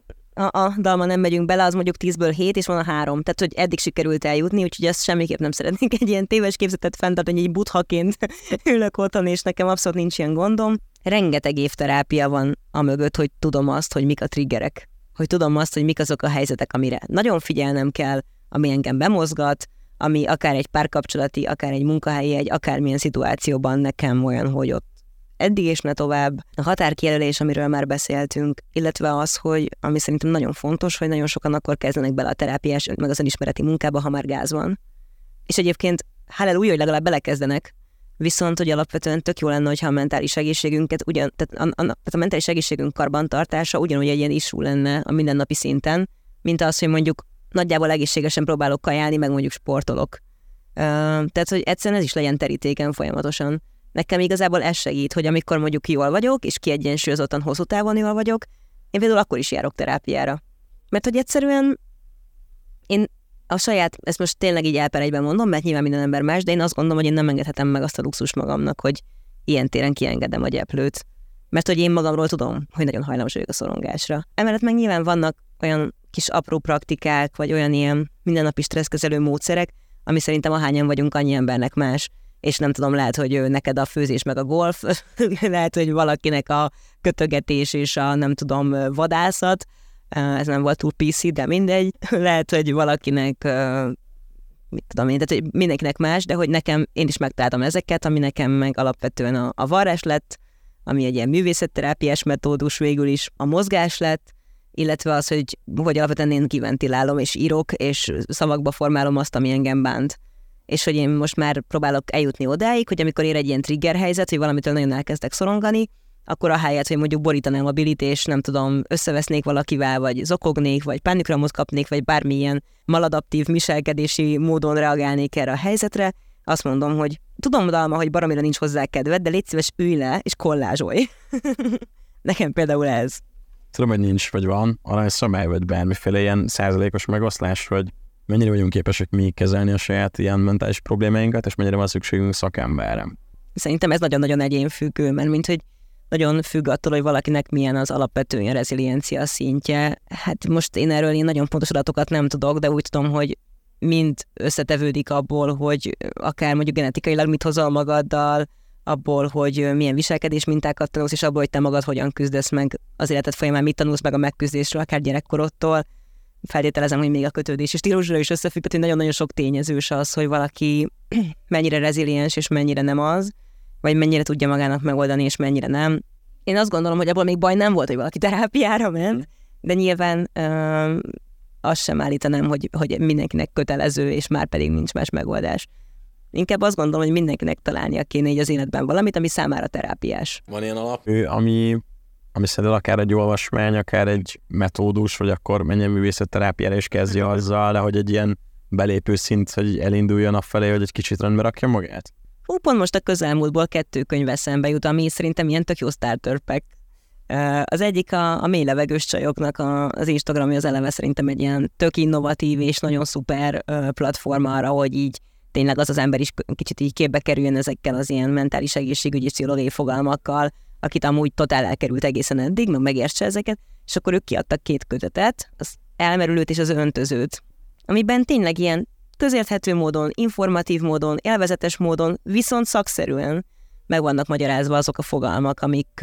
a dalma nem megyünk bele, az mondjuk 10-ből 7, és van a 3. Tehát, hogy eddig sikerült eljutni, úgyhogy ezt semmiképp nem szeretnék egy ilyen téves képzetet fenntartani, hogy egy buddhaként ülök otthon, és nekem abszolút nincs ilyen gondom. Rengeteg évterápia van amögött, hogy tudom azt, hogy mik a triggerek. Hogy tudom azt, hogy mik azok a helyzetek, amire nagyon figyelnem kell, ami engem bemozgat, ami akár egy párkapcsolati, akár egy munkahelyi, egy akármilyen szituációban nekem olyan, hogy ott eddig és ne tovább. A határkijelölés, amiről már beszéltünk, illetve az, hogy ami szerintem nagyon fontos, hogy nagyon sokan akkor kezdenek bele a terápiás, meg az önismereti munkába, ha már gáz van. És egyébként halleluja, hogy legalább belekezdenek, viszont hogy alapvetően tök jó lenne, hogyha a mentális egészségünket, tehát a mentális egészségünk karbantartása ugyanúgy egy ilyen issue lenne a mindennapi szinten, mint az, hogy mondjuk nagyjából egészségesen próbálok kajálni, meg mondjuk sportolok. Tehát, hogy egyszerűen ez is legyen terítéken folyamatosan. Nekem igazából ez segít, hogy amikor mondjuk jól vagyok, és kiegyensúlyozottan hosszú távon jól vagyok, én például akkor is járok terápiára. Mert hogy egyszerűen én a saját, ezt most tényleg így elperegyben mondom, mert nyilván minden ember más, de én azt gondolom, hogy én nem engedhetem meg azt a luxus magamnak, hogy ilyen téren kiengedem a gyeplőt. Mert hogy én magamról tudom, hogy nagyon hajlamos vagyok a szorongásra. Emellett meg nyilván vannak olyan kis apró praktikák, vagy olyan ilyen mindennapi stresszkezelő módszerek, ami szerintem ahányan vagyunk, annyi embernek más. És nem tudom, lehet, hogy neked a főzés meg a golf, lehet, hogy valakinek a kötögetés és a nem tudom, vadászat, ez nem volt túl PC, de mindegy. Lehet, hogy valakinek, mit tudom én, tehát hogy mindenkinek más, de hogy nekem, én is megtaláltam ezeket, ami nekem meg alapvetően a varrás lett, ami egy ilyen művészetterápiás metódus végül is, a mozgás lett, illetve az, hogy alapvetően én kiventilálom és írok, és szavakba formálom azt, ami engem bánt. És hogy én most már próbálok eljutni odáig, hogy amikor ér egy ilyen trigger helyzet, hogy valamitől nagyon elkezdek szorongani, akkor ahelyett, hogy mondjuk borítanám a bilit, és nem tudom, összevesznék valakivel, vagy zokognék, vagy pánikramot kapnék, vagy bármilyen maladaptív viselkedési módon reagálnék erre a helyzetre, azt mondom, hogy tudom, Dalma, hogy baromira nincs hozzá kedved, de légy szíves, ülj le, és kollázsolj. Nekem például ez. Tudom, hogy nincs, vagy van, aranyszamály, vagy bármiféle ilyen százalékos megoszlás, hogy mennyire vagyunk képesek mi kezelni a saját ilyen mentális problémáinkat, és mennyire van szükségünk szakemberre. Szerintem ez nagyon-nagyon egyénfüggő, mert mint hogy nagyon függ attól, hogy valakinek milyen az alapvető reziliencia szintje. Hát most én erről nagyon pontos adatokat nem tudok, de úgy tudom, hogy mind összetevődik abból, hogy akár mondjuk genetikailag mit hozol magaddal, abból, hogy milyen viselkedés mintákat tanulsz, és abból, hogy te magad hogyan küzdesz meg az életed folyamán, mit tanulsz meg a megküzdésről, akár gyerekkorodtól. Feltételezem, hogy még a kötődési stílusra is összefügg, hogy nagyon-nagyon sok tényezős az, hogy valaki mennyire reziliens, és mennyire nem az, vagy mennyire tudja magának megoldani, és mennyire nem. Én azt gondolom, hogy abból még baj nem volt, hogy valaki terápiára ment, de nyilván azt sem állítanám, hogy mindenkinek kötelező, és már pedig nincs más megoldás. Inkább azt gondolom, hogy mindenkinek találnia kéne így az életben valamit, ami számára terápiás. Van ilyen alap, ami szerinted akár egy olvasmány, akár egy metódus, vagy akkor menjen művészetterápiára és kezdje azzal, de hogy egy ilyen belépő szint, hogy elinduljon afelé, hogy egy kicsit rendbe rakja magát? Pont most a közelmúltból 2 könyv eszembe jut, ami szerintem ilyen tök jó starterpack. Az egyik a mély levegős csajoknak az Instagramja, az eleve szerintem egy ilyen tök innovatív és nagyon szuper platform arra, hogy így tényleg az ember is kicsit így képbe kerüljön ezekkel az ilyen mentális egészségügyi pszichológiai fogalmakkal, akit amúgy totál elkerült egészen eddig, meg megértse ezeket, és akkor ők kiadtak 2 kötetet, az elmerülőt és az öntözőt, amiben tényleg ilyen közérthető módon, informatív módon, élvezetes módon, viszont szakszerűen meg vannak magyarázva azok a fogalmak,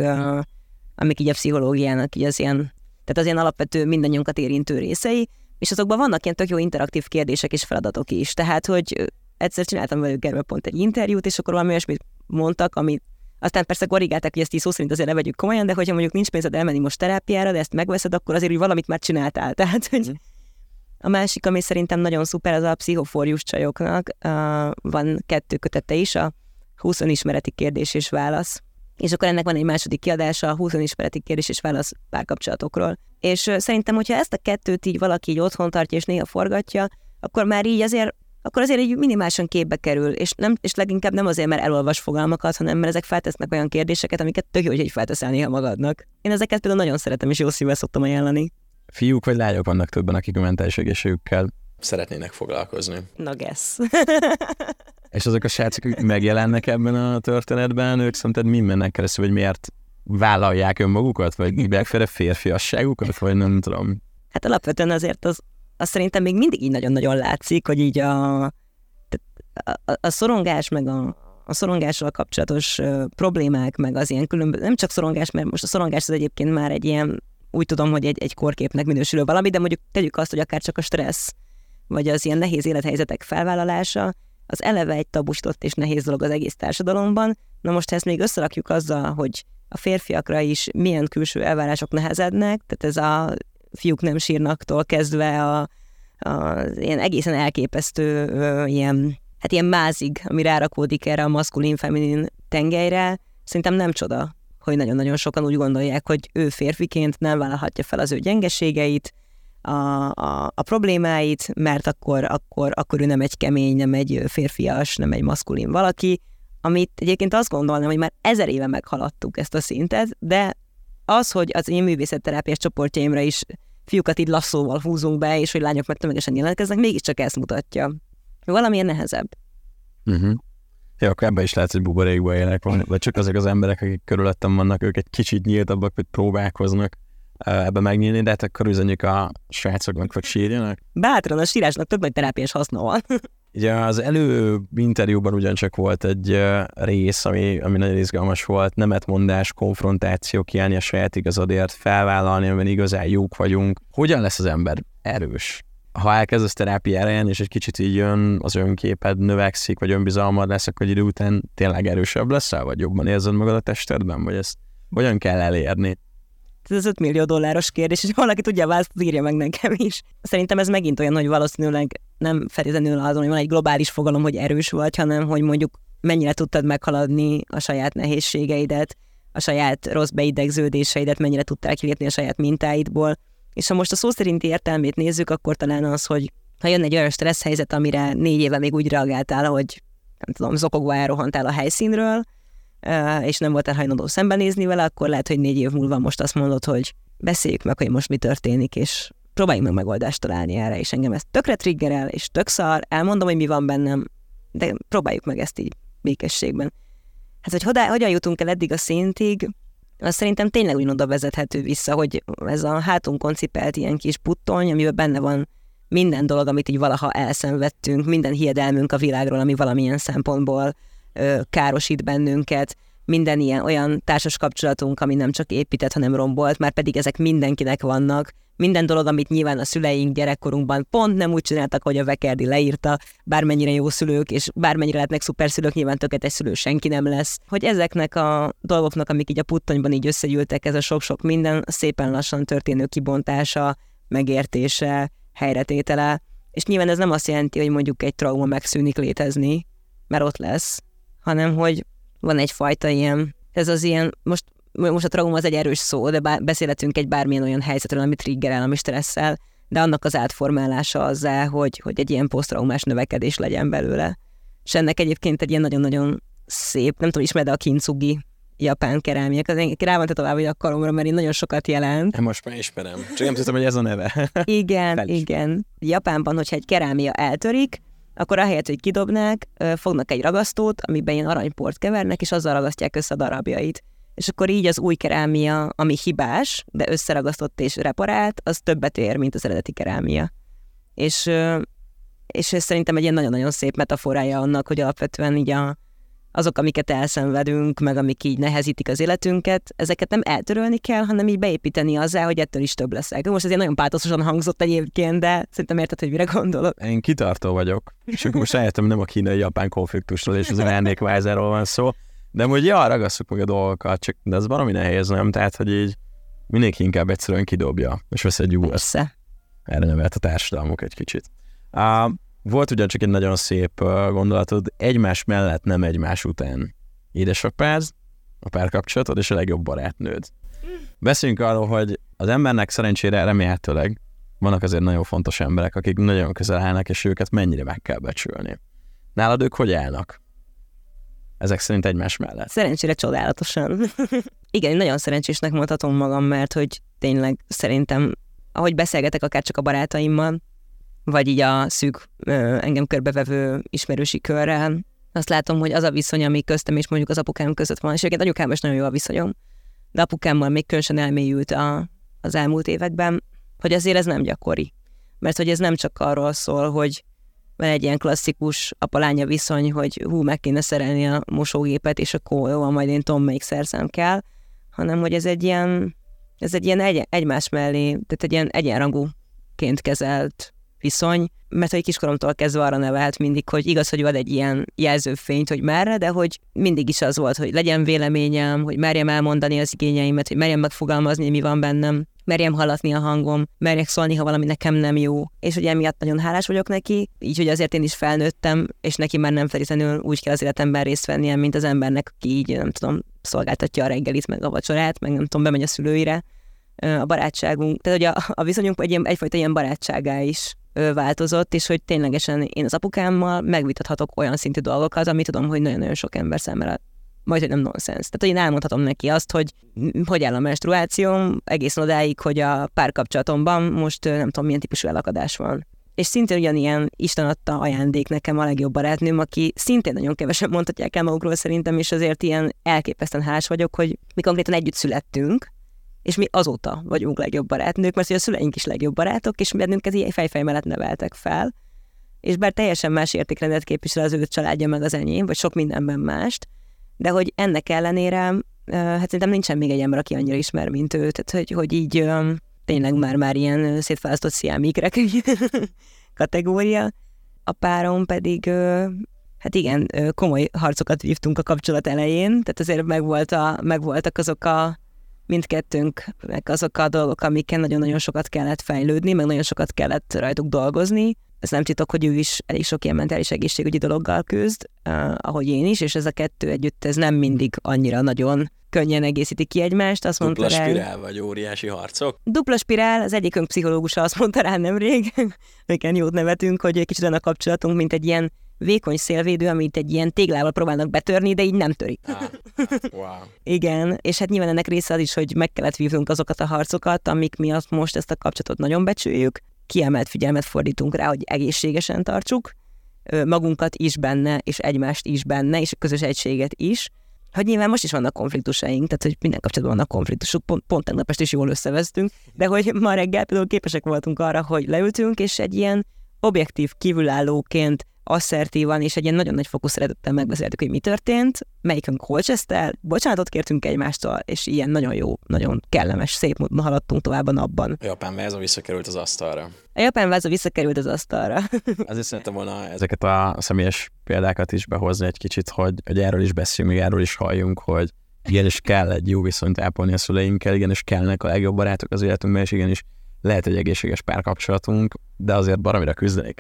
amik így a pszichológiának így tehát az ilyen alapvető mindannyiunkat érintő részei, és azokban vannak ilyen tök jó interaktív kérdések és feladatok is. Tehát, hogy egyszer csináltam velük erről pont egy interjút, és akkor valami olyasmit mondtak, amit aztán persze korrigálták, hogy ezt így szó szerint azért ne vegyük komolyan, de hogyha mondjuk nincs pénzed elmenni most terápiára, de ezt megveszed, akkor azért úgy valamit már csináltál. Tehát, hogy a másik, ami szerintem nagyon szuper, az a pszichoforjus csajoknak. Van 2 kötete is, a 20 önismereti kérdés és válasz. És akkor ennek van egy második kiadása, a 20 önismereti kérdés és válasz párkapcsolatokról. És szerintem, hogyha ezt a 2-t így valaki így otthon tartja és néha forgatja, akkor már így azért így minimálisan képbe kerül, és leginkább nem azért, mert elolvas fogalmakat, hanem mert ezek feltesznek olyan kérdéseket, amiket tök jó, hogy így felteszel néha magadnak. Én ezeket például nagyon szeretem, és jó szívvel szoktam ajánlani. Fiúk vagy lányok vannak többen, akik a mentális egészségükkel szeretnének foglalkozni? Na guess. És azok a srácok, akik megjelennek ebben a történetben, ők szerinted mi mennek keresztül, vagy miért vállalják önmagukat, vagy megfelelő férfiasságukat, vagy nem tudom? Hát alapvetően azért az szerintem még mindig így nagyon-nagyon látszik, hogy így a szorongás, meg a szorongással kapcsolatos problémák, meg az ilyen különböző, nem csak szorongás, mert most a szorongás az egyébként már egy ilyen, úgy tudom, hogy egy korképnek minősülő valami, de mondjuk tegyük azt, hogy akár csak a stressz, vagy az ilyen nehéz élethelyzetek felvállalása, az eleve egy tabusított és nehéz dolog az egész társadalomban. Na most, ha ezt még összerakjuk azzal, hogy a férfiakra is milyen külső elvárások nehezednek, tehát ez a fiúk nem sírnaktól kezdve az ilyen egészen elképesztő ilyen mázig, ami rárakódik erre a maszkulin-feminin tengelyre, szerintem nem csoda, hogy nagyon-nagyon sokan úgy gondolják, hogy ő férfiként nem vállalhatja fel az ő gyengeségeit, a problémáit, mert akkor ő nem egy kemény, nem egy férfias, nem egy maszkulin valaki, amit egyébként azt gondolnám, hogy már 1000 éve meghaladtuk ezt a szintet, de az, hogy az én művészetterápiás csoportjaimra is fiúkat így lasszóval húzunk be, és hogy lányok meg tömegesen jelentkeznek, mégiscsak ezt mutatja. Valamilyen nehezebb. Ja, akkor ebben is lehet, hogy buborékban élek, vagy csak azok az emberek, akik körülöttem vannak, ők egy kicsit nyíltabbak, vagy próbálkoznak ebbe megnyílni, de hát akkor üzenjük a srácoknak, hogy sírjanak. Bátran, a sírásnak több nagy terápiás haszna van. Ugye az előbb interjúban ugyancsak volt egy rész, ami nagyon izgalmas volt, nemetmondás, konfrontáció, kiállni a saját igazadért, felvállalni, amiben igazán jók vagyunk. Hogyan lesz az ember erős? Ha elkezdesz terápiára járni, és egy kicsit így jön az önképed, növekszik, vagy önbizalmad lesz, akkor egy idő után tényleg erősebb leszel, vagy jobban érzed magad a testedben, vagy ezt hogyan kell elérni? Ez az $5 millió kérdés, és valaki tudja a választ, írja meg nekem is. Szerintem ez megint olyan, hogy valószínűleg nem feltétlenül azon, hogy van egy globális fogalom, hogy erős vagy, hanem hogy mondjuk mennyire tudtad meghaladni a saját nehézségeidet, a saját rossz beidegződéseidet, mennyire tudtál kilépni a saját mintáidból. És ha most a szó szerinti értelmét nézzük, akkor talán az, hogy ha jön egy olyan stressz helyzet, amire 4 éve még úgy reagáltál, hogy nem tudom, zokogva elrohantál a helyszínről, és nem voltál hajlandó szembenézni vele, akkor lehet, hogy 4 év múlva most azt mondod, hogy beszéljük meg, hogy most mi történik, és próbáljunk meg megoldást találni erre, és engem ez tökre triggerel, és tök szar, elmondom, hogy mi van bennem, de próbáljuk meg ezt így békességben. Hát, hogy hogyan jutunk el eddig a szintig, az szerintem tényleg úgy oda vezethető vissza, hogy ez a hátunk koncipált ilyen kis puttony, amiben benne van minden dolog, amit így valaha elszenvedtünk, minden hiedelmünk a világról, ami valamilyen szempontból károsít bennünket, minden ilyen olyan társas kapcsolatunk, ami nem csak épített, hanem rombolt, már pedig ezek mindenkinek vannak. Minden dolog, amit nyilván a szüleink gyerekkorunkban pont nem úgy csináltak, hogy a Vekerdi leírta, bármennyire jó szülők, és bármennyire lehetnek szuperszülők, nyilván tökéletes szülő senki nem lesz. Hogy ezeknek a dolgoknak, amik így a puttonyban így összegyűltek, ez a sok-sok minden, szépen lassan történő kibontása, megértése, helyretétele. És nyilván ez nem azt jelenti, hogy mondjuk egy trauma megszűnik létezni, mert ott lesz, hanem hogy van egyfajta ilyen, ez az ilyen, most a trauma az egy erős szó, de beszélhetünk egy bármilyen olyan helyzetről, ami triggerel, ami stresszel, de annak az átformálása azzá, hogy egy ilyen posztraumás növekedés legyen belőle. És ennek egyébként egy ilyen nagyon-nagyon szép, nem tudom, ismered a kintsugi japán kerámiák, az rá van tetoválva a karomra, mert én nagyon sokat jelent. Most már ismerem, csak nem tudtam, hogy ez a neve. Igen. Japánban, hogyha egy kerámia eltörik, akkor ahelyett, hogy kidobnák, fognak egy ragasztót, amiben ilyen aranyport kevernek, és azzal ragasztják össze a darabjait. És akkor így az új kerámia, ami hibás, de összeragasztott és reparált, az többet ér, mint az eredeti kerámia. És ez szerintem egy ilyen nagyon-nagyon szép metaforája annak, hogy alapvetően így azok, amiket elszenvedünk, meg amik így nehezítik az életünket, ezeket nem eltörölni kell, hanem így beépíteni azzá, hogy ettől is több leszek. Most ez nagyon pátoszosan hangzott egyébként, de szerintem érted, hogy mire gondolok. Én kitartó vagyok, és akkor most rájöttem, nem a kínai-japán konfliktusról és az ajándékvázáról van szó, de hogy ragasszuk meg a dolgokat, csak de ez valami nehéz, nem? Tehát, hogy így mindenki inkább egyszerűen kidobja, és vesz egy új. Erre nevelt a társadalmuk egy kicsit. Volt ugyancsak egy nagyon szép gondolatod, egymás mellett, nem egymás után. Édesapád, a párkapcsolatod és a legjobb barátnőd. Beszéljünk arról, hogy az embernek szerencsére remélhetőleg vannak azért nagyon fontos emberek, akik nagyon közel állnak, és őket mennyire meg kell becsülni. Nálad ők hogy állnak? Ezek szerint egymás mellett. Szerencsére csodálatosan. Igen, nagyon szerencsésnek mondhatom magam, mert hogy tényleg szerintem, ahogy beszélgetek akár csak a barátaimmal, vagy így a szűk, engem körbevevő ismerősi körrel, azt látom, hogy az a viszony, ami köztem és mondjuk az apukám között van, és egyébként anyukámmal is nagyon jó a viszonyom, de apukámmal még különösen elmélyült az elmúlt években, hogy azért ez nem gyakori. Mert hogy ez nem csak arról szól, hogy van egy ilyen klasszikus apa-lánya viszony, hogy meg kéne szerelni a mosógépet, és akkor jó, majd én tudom, melyik szerszám kell, hanem hogy ez egy ilyen egymás mellé, tehát egy ilyen egyenrangúként kezelt viszony, mert hogy kiskoromtól kezdve arra nevelt mindig, hogy igaz, hogy van egy ilyen jelzőfényt, hogy merre, de hogy mindig is az volt, hogy legyen véleményem, hogy merjem elmondani az igényeimet, hogy merjem megfogalmazni, mi van bennem, merjem hallatni a hangom, merjek szólni, ha valami nekem nem jó. És hogy emiatt nagyon hálás vagyok neki, így, hogy azért én is felnőttem, és neki már nem feltétlenül úgy kell az életemben részt vennie, mint az embernek, aki így, nem tudom, szolgáltatja a reggelit, meg a vacsorát, meg nem tudom, bemegy a szülőire. A barátságunk, tehát hogy a viszonyunk egyfajta ilyen barátságá is változott, és hogy ténylegesen én az apukámmal megvitathatok olyan szintű dolgokat, amit tudom, hogy nagyon-nagyon sok ember számára majdhogy nem nonsens. Tehát, hogy én elmondhatom neki azt, hogy áll a menstruációm, egészen odáig, hogy a párkapcsolatomban most nem tudom, milyen típusú elakadás van. És szintén ugyanilyen Isten adta ajándék nekem a legjobb barátnőm, aki szintén nagyon kevesen mondhatják el magukról szerintem, és azért ilyen elképesztően hálás vagyok, hogy mi konkrétan együtt születtünk, és mi azóta vagyunk legjobb barátnők, mert a szüleink is legjobb barátok, és bennünket ilyen fejfej mellett neveltek fel, és bár teljesen más értékrendet képvisel az ő családja meg az enyém, vagy sok mindenben mást, de hogy ennek ellenére, hát szerintem nincsen még egy ember, aki annyira ismer, mint ő, tehát hogy így tényleg már ilyen szétválasztott sziámikrek kategória. A párom pedig, hát igen, komoly harcokat vívtunk a kapcsolat elején, tehát azért megvoltak azok mindkettőnknek azok a dolgok, amikkel nagyon-nagyon sokat kellett fejlődni, meg nagyon sokat kellett rajtuk dolgozni. Ez nem titok, hogy ő is elég sok ilyen mentális egészségügyi dologgal küzd, ahogy én is, és ez a kettő együtt, ez nem mindig annyira nagyon könnyen egészíti ki egymást. Azt dupla mondta spirál, vagy óriási harcok? Dupla spirál, az egyikünk pszichológusa azt mondta rá nemrég, igen, jót nevetünk, hogy egy kicsit olyan a kapcsolatunk, mint egy ilyen vékony szélvédő, amit egy ilyen téglával próbálnak betörni, de így nem törik. Wow. Igen, és hát nyilván ennek része az is, hogy meg kellett vívnunk azokat a harcokat, amik miatt most ezt a kapcsolatot nagyon becsüljük, kiemelt figyelmet fordítunk rá, hogy egészségesen tartsuk, magunkat is benne, és egymást is benne, és a közös egységet is. Hogy nyilván most is vannak konfliktusaink, tehát hogy minden kapcsolatban vannak konfliktusok, pont tegnap est is jól összeveztünk, de hogy ma reggel például képesek voltunk arra, hogy leültünk, és egy ilyen objektív, kívülállóként asszertívan, és egy ilyen nagyon nagy fokú szeretettel megbeszéltük, hogy mi történt, melyikünk hol csesztel, bocsánatot kértünk egymástól, és ilyen nagyon jó, nagyon kellemes, szép módon haladtunk tovább a napban. A japán váza visszakerült az asztalra. A japán váza visszakerült az asztalra. Azért szerettem volna ezeket a személyes példákat is behozni egy kicsit, hogy erről is beszéljünk, még erről is halljunk, hogy igenis kell egy jó viszonyt ápolni a szüleinkkel, igenis kellnek a legjobb barátok az életünkben, és igenis lehet egy egészséges párkapcsolatunk, de azért baromira küzdeni kell.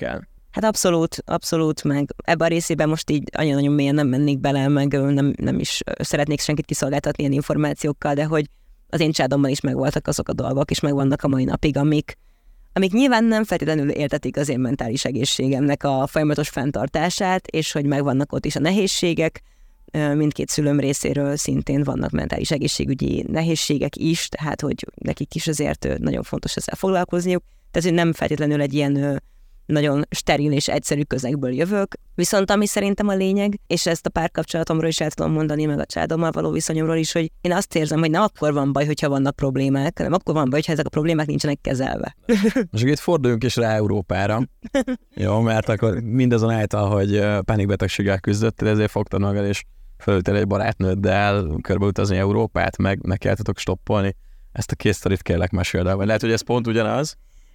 Hát abszolút, meg ebben a részében most így annyira nagyon mélyen nem mennék bele, meg nem is szeretnék senkit kiszolgáltatni ilyen információkkal, de hogy az én családomban is megvoltak azok a dolgok, és megvannak a mai napig, amik nyilván nem feltétlenül éltetik az én mentális egészségemnek a folyamatos fenntartását, és hogy megvannak ott is a nehézségek, mindkét szülőm részéről szintén vannak mentális egészségügyi nehézségek is, tehát hogy nekik is azért nagyon fontos ezzel foglalkozniuk, tehát hogy nem feltétlenül egy ilyen nagyon steril és egyszerű közegből jövök, viszont ami szerintem a lényeg, és ezt a párkapcsolatomról is el tudom mondani, meg a családommal való viszonyomról is, hogy én azt érzem, hogy nem akkor van baj, hogyha vannak problémák, hanem akkor van baj, hogyha ezek a problémák nincsenek kezelve. Most itt forduljunk is rá Európára. Jó, mert akkor mindazonáltal, hogy pánikbetegséggel küzdöttél, ezért fogtad magad, és felültél egy barátnőddel körbeutazni Európát, meg kelltetek stoppolni. Ezt a két sztorit kérlek meséld el, vagy lehet, hogy ez pont ugyanaz?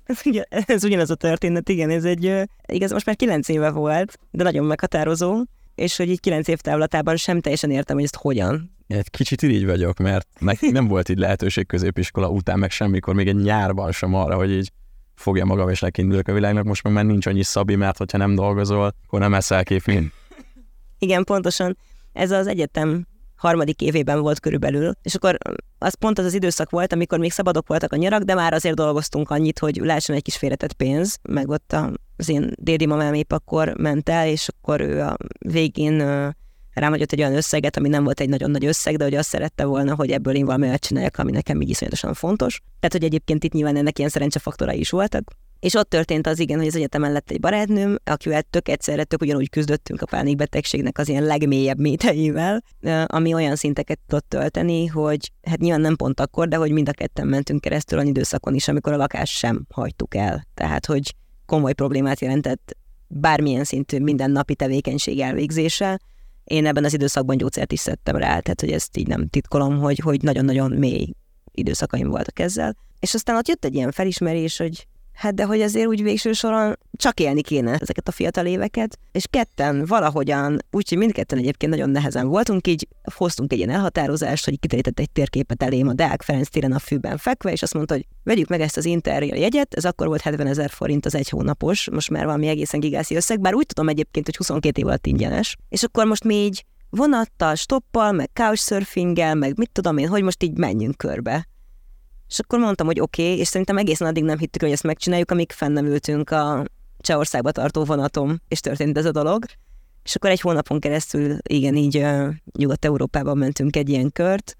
Ez ugyanaz a történet, igen, ez igaz, most már 9 éve volt, de nagyon meghatározó, és hogy így 9 év távlatában sem teljesen értem, hogy ezt hogyan. Egy kicsit így vagyok, mert nem volt így lehetőség középiskola után, meg semmikor, még egy nyárban sem arra, hogy így fogja magam és nekindulok a világnak, most meg már nincs annyi szabi, mert hogyha nem dolgozol, akkor nem eszel képén. Igen, pontosan. Ez az egyetem 3. évében volt körülbelül, és akkor az pont az időszak volt, amikor még szabadok voltak a nyarak, de már azért dolgoztunk annyit, hogy lehessen egy kis félretett pénz, meg ott az én dédimamám épp akkor ment el, és akkor ő a végén rám hagyott egy olyan összeget, ami nem volt egy nagyon nagy összeg, de hogy azt szerette volna, hogy ebből én valami csináljak, ami nekem így iszonyatosan fontos. Tehát, hogy egyébként itt nyilván ennek ilyen szerencsefaktorai is voltak. És ott történt az igen, hogy az egyetemen lett egy barátnőm, akivel tök ugyanúgy küzdöttünk a pánikbetegségnek az ilyen legmélyebb méteivel, ami olyan szinteket tudott tölteni, hogy hát nyilván nem pont akkor, de hogy mind a ketten mentünk keresztül olyan időszakon is, amikor a lakást sem hagytuk el. Tehát, hogy komoly problémát jelentett bármilyen szintű mindennapi tevékenység elvégzése. Én ebben az időszakban gyógyszert is szedtem rá, tehát hogy ezt így nem titkolom, hogy nagyon-nagyon mély időszakaim voltak ezzel. És aztán ott jött egy ilyen felismerés, hogy hát de hogy azért úgy végső soron csak élni kéne ezeket a fiatal éveket, és ketten valahogyan, úgyhogy mindketten egyébként nagyon nehezen voltunk, így hoztunk egy ilyen elhatározást, hogy kiterített egy térképet elém a Deák Ferenc téren a fűben fekve, és azt mondta, hogy vegyük meg ezt az Interrail jegyet, ez akkor volt 70 000 forint az egy hónapos, most már valami egészen gigászi összeg, bár úgy tudom egyébként, hogy 22 év alatt ingyenes, és akkor most mi így vonattal, stoppal, meg couchsurfinggel, meg mit tudom én, hogy most így menjünk körbe. És akkor mondtam, hogy oké, és szerintem egészen addig nem hittük, hogy ezt megcsináljuk, amíg fenn nem ültünk a Csehországba tartó vonaton, és történt ez a dolog. És akkor egy hónapon keresztül, igen, így Nyugat-Európában mentünk egy ilyen kört,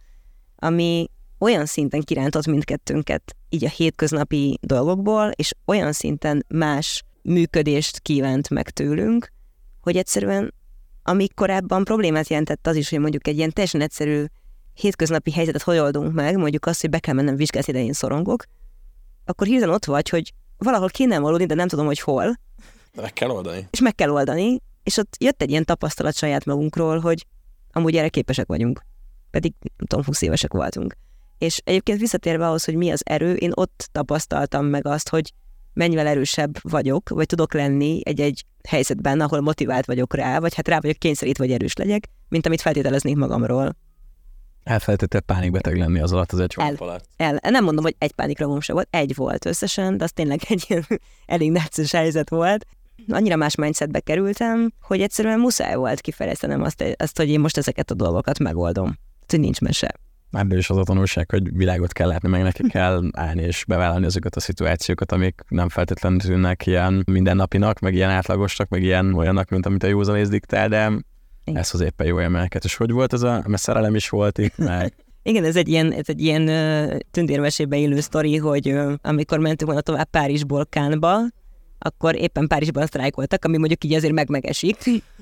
ami olyan szinten kirántott mindkettőnket így a hétköznapi dolgokból, és olyan szinten más működést kívánt meg tőlünk, hogy egyszerűen, amíg korábban problémát jelentett az is, hogy mondjuk egy ilyen teljesen egyszerű hétköznapi helyzetet hogy oldunk meg, mondjuk azt, hogy be kell mennem vizsgázni, de én szorongok, akkor hirtelen ott vagy, hogy valahol kéne aludni, de nem tudom, hogy hol. Meg kell oldani. És meg kell oldani, és ott jött egy ilyen tapasztalat saját magunkról, hogy amúgy erre képesek vagyunk, pedig nem tudom, 20 évesek voltunk. És egyébként visszatérve ahhoz, hogy mi az erő, én ott tapasztaltam meg azt, hogy mennyivel erősebb vagyok, vagy tudok lenni egy helyzetben, ahol motivált vagyok rá, vagy hát rá vagyok kényszerítve, hogy erős legyek, mint amit feltételeznék magamról. Elfelejtettél pánikbeteg lenni az alatt, az egy hónap alatt. Nem mondom, hogy egy pánikragom se volt, egy volt összesen, de az tényleg egy ilyen elég necces helyzet volt. Annyira más mindsetbe kerültem, hogy egyszerűen muszáj volt kifejeztenem azt, hogy én most ezeket a dolgokat megoldom. Hogy nincs mese. Ebből is az a tanulság, hogy világot kell látni, meg neki kell állni és bevállalni azokat a szituációkat, amik nem feltétlenül tűnnek ilyen mindennapinak, meg ilyen átlagosnak, meg ilyen olyannak, mint amit a józanész diktál, de ez az éppen jó emelket. És hogy volt ez mert szerelem is volt itt, meg... Igen, ez egy ilyen tündérmesébe élő sztori, hogy amikor mentünk volna tovább Párizsból Cannesba, akkor éppen Párizsban sztrájkoltak, ami mondjuk így azért megmegesik,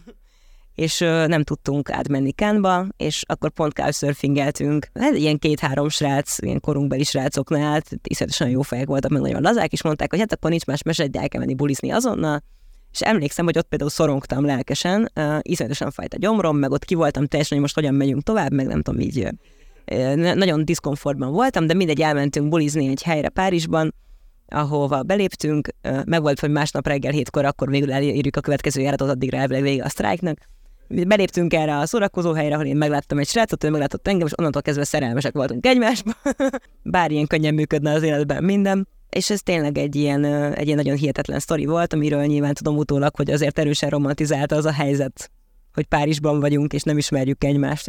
és nem tudtunk átmenni Cannesba, és akkor pont couchsurfingeltünk. Hát ilyen 2-3 srác, ilyen korunkbeli srácoknál, iszonyatosan jó fejek voltak, meg nagyon lazák, és mondták, hogy hát akkor nincs más mese, de el kell menni bulizni azonnal. És emlékszem, hogy ott például szorongtam lelkesen, iszonyatosan fájt a gyomrom, meg ott ki voltam teljesen, hogy most hogyan megyünk tovább, meg nem tudom, így nagyon diszkomfortban voltam, de mindegy, elmentünk bulizni egy helyre Párizsban, ahova beléptünk, meg volt, hogy másnap reggel 7-kor akkor végül elérjük a következő járatot, addigra elvileg vége a sztrájknak. Beléptünk erre a szórakozó helyre, ahol én megláttam egy srácot, ő meglátott engem, és onnantól kezdve szerelmesek voltunk egymásba. Bár ilyen könnyen működne az életben minden. És ez tényleg egy ilyen nagyon hihetetlen sztori volt, amiről nyilván tudom utólag, hogy azért erősen romantizálta az a helyzet, hogy Párizsban vagyunk, és nem ismerjük egymást,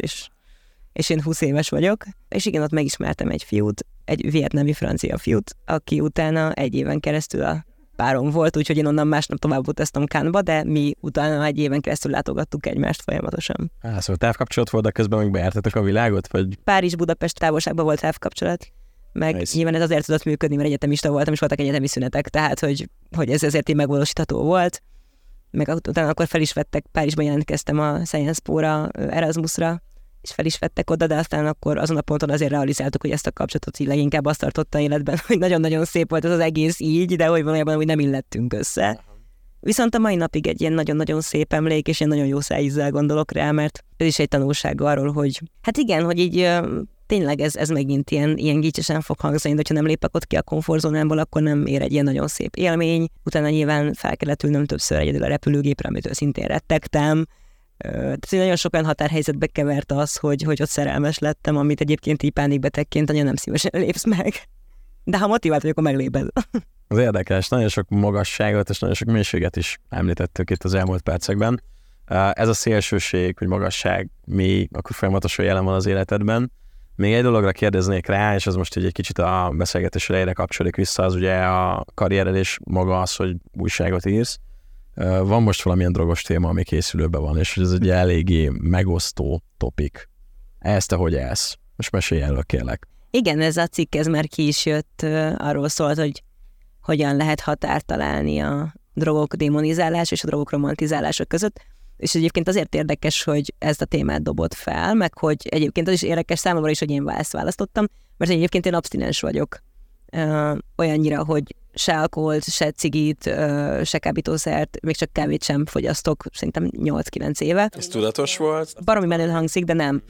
és én 20 éves vagyok. És igen, ott megismertem egy fiút, egy vietnámi francia fiút, aki utána 1 éven keresztül a párom volt, úgyhogy én onnan másnap tovább utaztam Cannes-ba, de mi utána 1 éven keresztül látogattuk egymást folyamatosan. Szóval távkapcsolat volt, de közben meg beértetek a világot? Vagy? Párizs-Budapest távolságban volt távkapcsolat, meg nyilván ez azért tudott működni, mert egyetemista voltam, és voltak egyetemi szünetek, tehát hogy ez ezért így megvalósítható volt. Meg utána akkor fel is vettek, Párizsban jelentkeztem a Sciences Po-ra, Erasmusra, és fel is vettek oda, de aztán akkor azon a ponton azért realizáltuk, hogy ezt a kapcsolatot így leginkább azt tartotta életben, hogy nagyon-nagyon szép volt ez az egész így, de hogy valójában úgy nem illettünk össze. Viszont a mai napig egy ilyen nagyon-nagyon szép emlék, és ilyen nagyon jó szájízzel gondolok rá, mert ez is egy tanulság arról, hogy hát igen, hogy így tényleg ez megint ilyen gicsesen fog hangzani, de ha nem lépek ott ki a komfortzónámból, akkor nem ér egy ilyen nagyon szép élmény. Utána nyilván fel kellett ülnöm többször egyedül a repülőgépre, amitől szintén rettegtem. Tehát nagyon sok olyan határhelyzetbe kevert az, hogy ott szerelmes lettem, amit egyébként így pánikbetegként nagyon nem szívesen lépsz meg. De ha motivált vagyok, akkor megléped. Az érdekes, nagyon sok magasságot és nagyon sok mélységet is említettük itt az elmúlt percekben. Ez a szélsőség, hogy magasság mély, akkor folyamatosan jelen van az életedben. Még egy dologra kérdeznék rá, és az most egy kicsit a beszélgetés elejére kapcsolódik vissza, az ugye a karriered és maga az, hogy újságot írsz. Van most valamilyen drogos téma, ami készülőben van, és ez egy eléggé megosztó topik. Ezt te hogy állsz? Most mesélj erről, kérlek. Igen, ez a cikk, ez már ki is jött, arról szólt, hogy hogyan lehet határt találni a drogok démonizálása és a drogok romantizálása között. És egyébként azért érdekes, hogy ezt a témát dobott fel, meg hogy egyébként az is érdekes számomra is, hogy én ezt választottam, mert egyébként én abstinens vagyok. Olyannyira, hogy se alkoholt, se cigit, se kábítószert, még csak kávét sem fogyasztok, szerintem 8-9 éve. Ez tudatos volt? Baromi menő hangzik, de nem.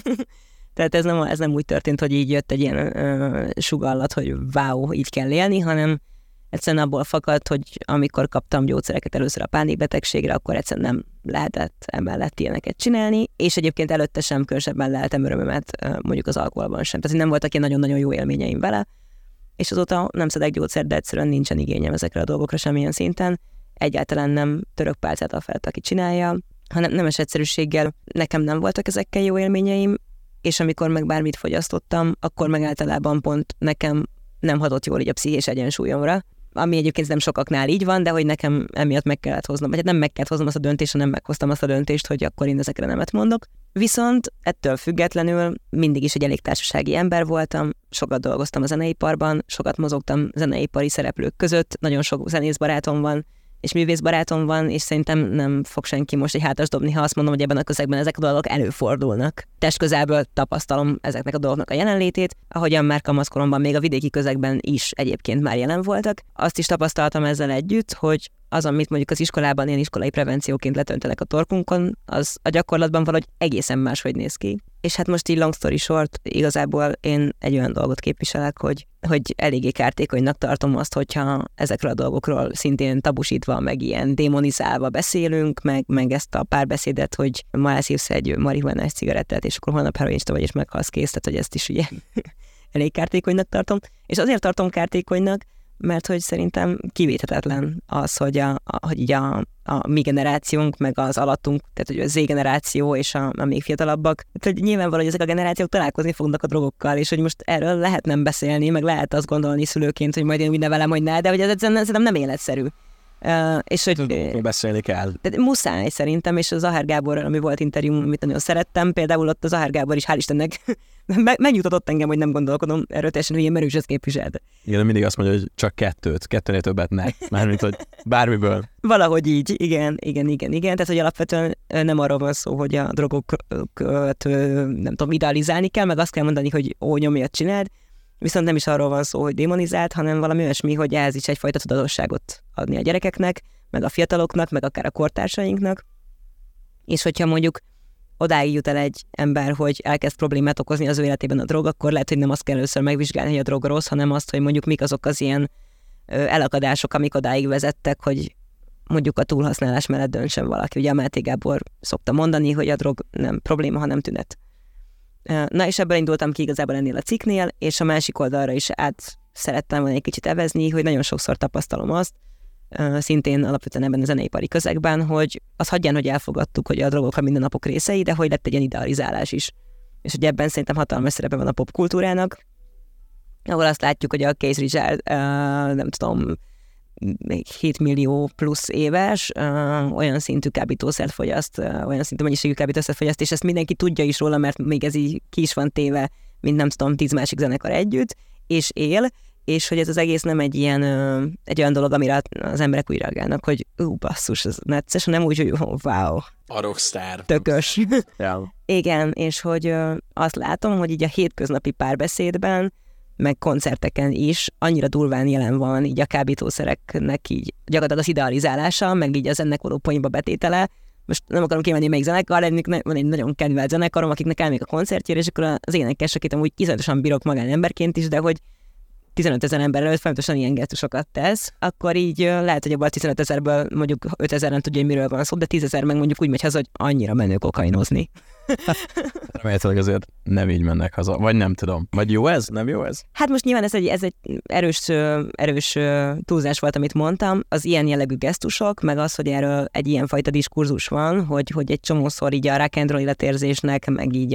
Tehát ez nem úgy történt, hogy így jött egy ilyen sugallat, hogy wow, így kell élni, hanem egyszerűen abból fakad, hogy amikor kaptam gyógyszereket először a pánikbetegségre, akkor egyszerűen nem lehetett emellett ilyeneket csinálni, és egyébként előtte sem különösebben lehetem örömömet mondjuk az alkoholban sem. Tehát nem voltak ilyen nagyon-nagyon jó élményeim vele, és azóta nem szedek gyógyszert, de egyszerűen nincsen igényem ezekre a dolgokra semmilyen szinten. Egyáltalán nem török pálcát a felett, aki csinálja, hanem nemes egyszerűséggel nekem nem voltak ezekkel jó élményeim, és amikor meg bármit fogyasztottam, akkor meg általában pont nekem nem hatott jól így a pszichés egyensúlyomra, ami egyébként nem sokaknál így van, de hogy nekem emiatt meg kellett hoznom, vagy hát nem meg kellett hoznom azt a döntést, hanem meghoztam azt a döntést, hogy akkor én ezekre nemet mondok. Viszont ettől függetlenül mindig is egy elég társasági ember voltam, sokat dolgoztam a zeneiparban, sokat mozogtam zeneipari szereplők között, nagyon sok zenész barátom van, és művész barátom van, és szerintem nem fog senki most egy hátas dobni, ha azt mondom, hogy ebben a közegben ezek a dolgok előfordulnak. Testközelből tapasztalom ezeknek a dolgoknak a jelenlétét, ahogyan már kamaszkoromban még a vidéki közegben is egyébként már jelen voltak. Azt is tapasztaltam ezzel együtt, hogy az, amit mondjuk az iskolában ilyen iskolai prevencióként letöntenek a torkunkon, az a gyakorlatban valahogy egészen máshogy néz ki. És hát most így long story short, igazából én egy olyan dolgot képviselek, hogy eléggé kártékonynak tartom azt, hogyha ezekről a dolgokról szintén tabusítva, meg ilyen démonizálva beszélünk, meg ezt a párbeszédet, hogy ma elszívsz egy marihuánás cigarettát, és akkor holnap heroinista vagy, és meghalsz, kész, tehát hogy ezt is ugye elég kártékonynak tartom. És azért tartom kártékonynak, mert hogy szerintem kivéthetetlen az, hogy így a mi generációnk, meg az alattunk, tehát hogy a Z generáció és a még fiatalabbak, tehát hogy nyilvánvaló, hogy ezek a generációk találkozni fognak a drogokkal, és hogy most erről lehet nem beszélni, meg lehet azt gondolni szülőként, hogy majd én úgy nevelem, hogy ne, de hogy ez egyszerűen szerintem nem életszerű. És hogy beszélni kell. Tehát muszáj szerintem, és a Zahár Gáborral, ami volt interjú, amit nagyon szerettem, például ott a Zahár Gábor is, hál' Istennek, megnyugtatott engem, hogy nem gondolkodom erről teljesen, hogy ilyen merős ezt képviselt. Igen, mindig azt mondja, hogy csak kettőnél többet ne, mármint, hogy bármiből. Valahogy így, igen. Tehát, hogy alapvetően nem arról van szó, hogy a drogokat, nem tudom, idealizálni kell, meg azt kell mondani, hogy nyomjat csináld, viszont nem is arról van szó, hogy démonizált, hanem valami olyasmi, hogy ehhez is egyfajta tudatosságot adni a gyerekeknek, meg a fiataloknak, meg akár a kortársainknak. És hogyha mondjuk odáig jut el egy ember, hogy elkezd problémát okozni az ő életében a drog, akkor lehet, hogy nem azt kell először megvizsgálni, hogy a drog rossz, hanem azt, hogy mondjuk mik azok az ilyen elakadások, amik odáig vezettek, hogy mondjuk a túlhasználás mellett döntsön valaki. Ugye a Máté Gábor szokta mondani, hogy a drog nem probléma, hanem tünet. Na és ebből indultam ki igazából ennél a cikknél, és a másik oldalra is szerettem volna egy kicsit evezni, hogy nagyon sokszor tapasztalom azt, szintén alapvetően ebben a zeneipari közegben, hogy az hagyján, hogy elfogadtuk, hogy a drogok a mindennapok részei, de hogy lett egy ilyen idealizálás is. És hogy ebben szerintem hatalmas szerepe van a popkultúrának, ahol azt látjuk, hogy a Keith Richards, nem tudom, 7 millió plusz éves, olyan szintű kábítószert fogyaszt, olyan szintű mennyiségű kábítószert fogyaszt, és ezt mindenki tudja is róla, mert még ez így ki is van téve, mint nem tudom, 10 másik zenekar együtt, és él, és hogy ez az egész nem egy ilyen, egy olyan dolog, amire az emberek úgy reagálnak, hogy basszus, ez necces, hanem úgy, hogy wow. A rockstar. Tökös. Yeah. Igen, és hogy azt látom, hogy így a hétköznapi párbeszédben, meg koncerteken is annyira durván jelen van így a kábítószereknek így gyakorlatilag az idealizálása, meg így az ennek való poénba betétele. Most nem akarom kimenni még zenekar, de van egy nagyon kedvelt zenekarom, akiknek elmegyek a koncertjére, és akkor az énekes, akit amúgy iszonyatosan bírok magánemberként is, de hogy 15 000 ember előtt folyamatosan ilyen gesztusokat tesz, akkor így lehet, hogy abban a 15 000-ből mondjuk 5 000 nem tudja, hogy miről van szó, de 10 000 meg mondjuk úgy megy haza, hogy annyira menő kokainozni. Remélhetőleg azért nem így mennek haza, vagy nem tudom. Vagy jó ez? Nem jó ez? Hát most nyilván ez egy erős túlzás volt, amit mondtam. Az ilyen jellegű gesztusok, meg az, hogy erről egy ilyen fajta diskurzus van, hogy egy csomószor így a rock and roll életérzésnek, meg így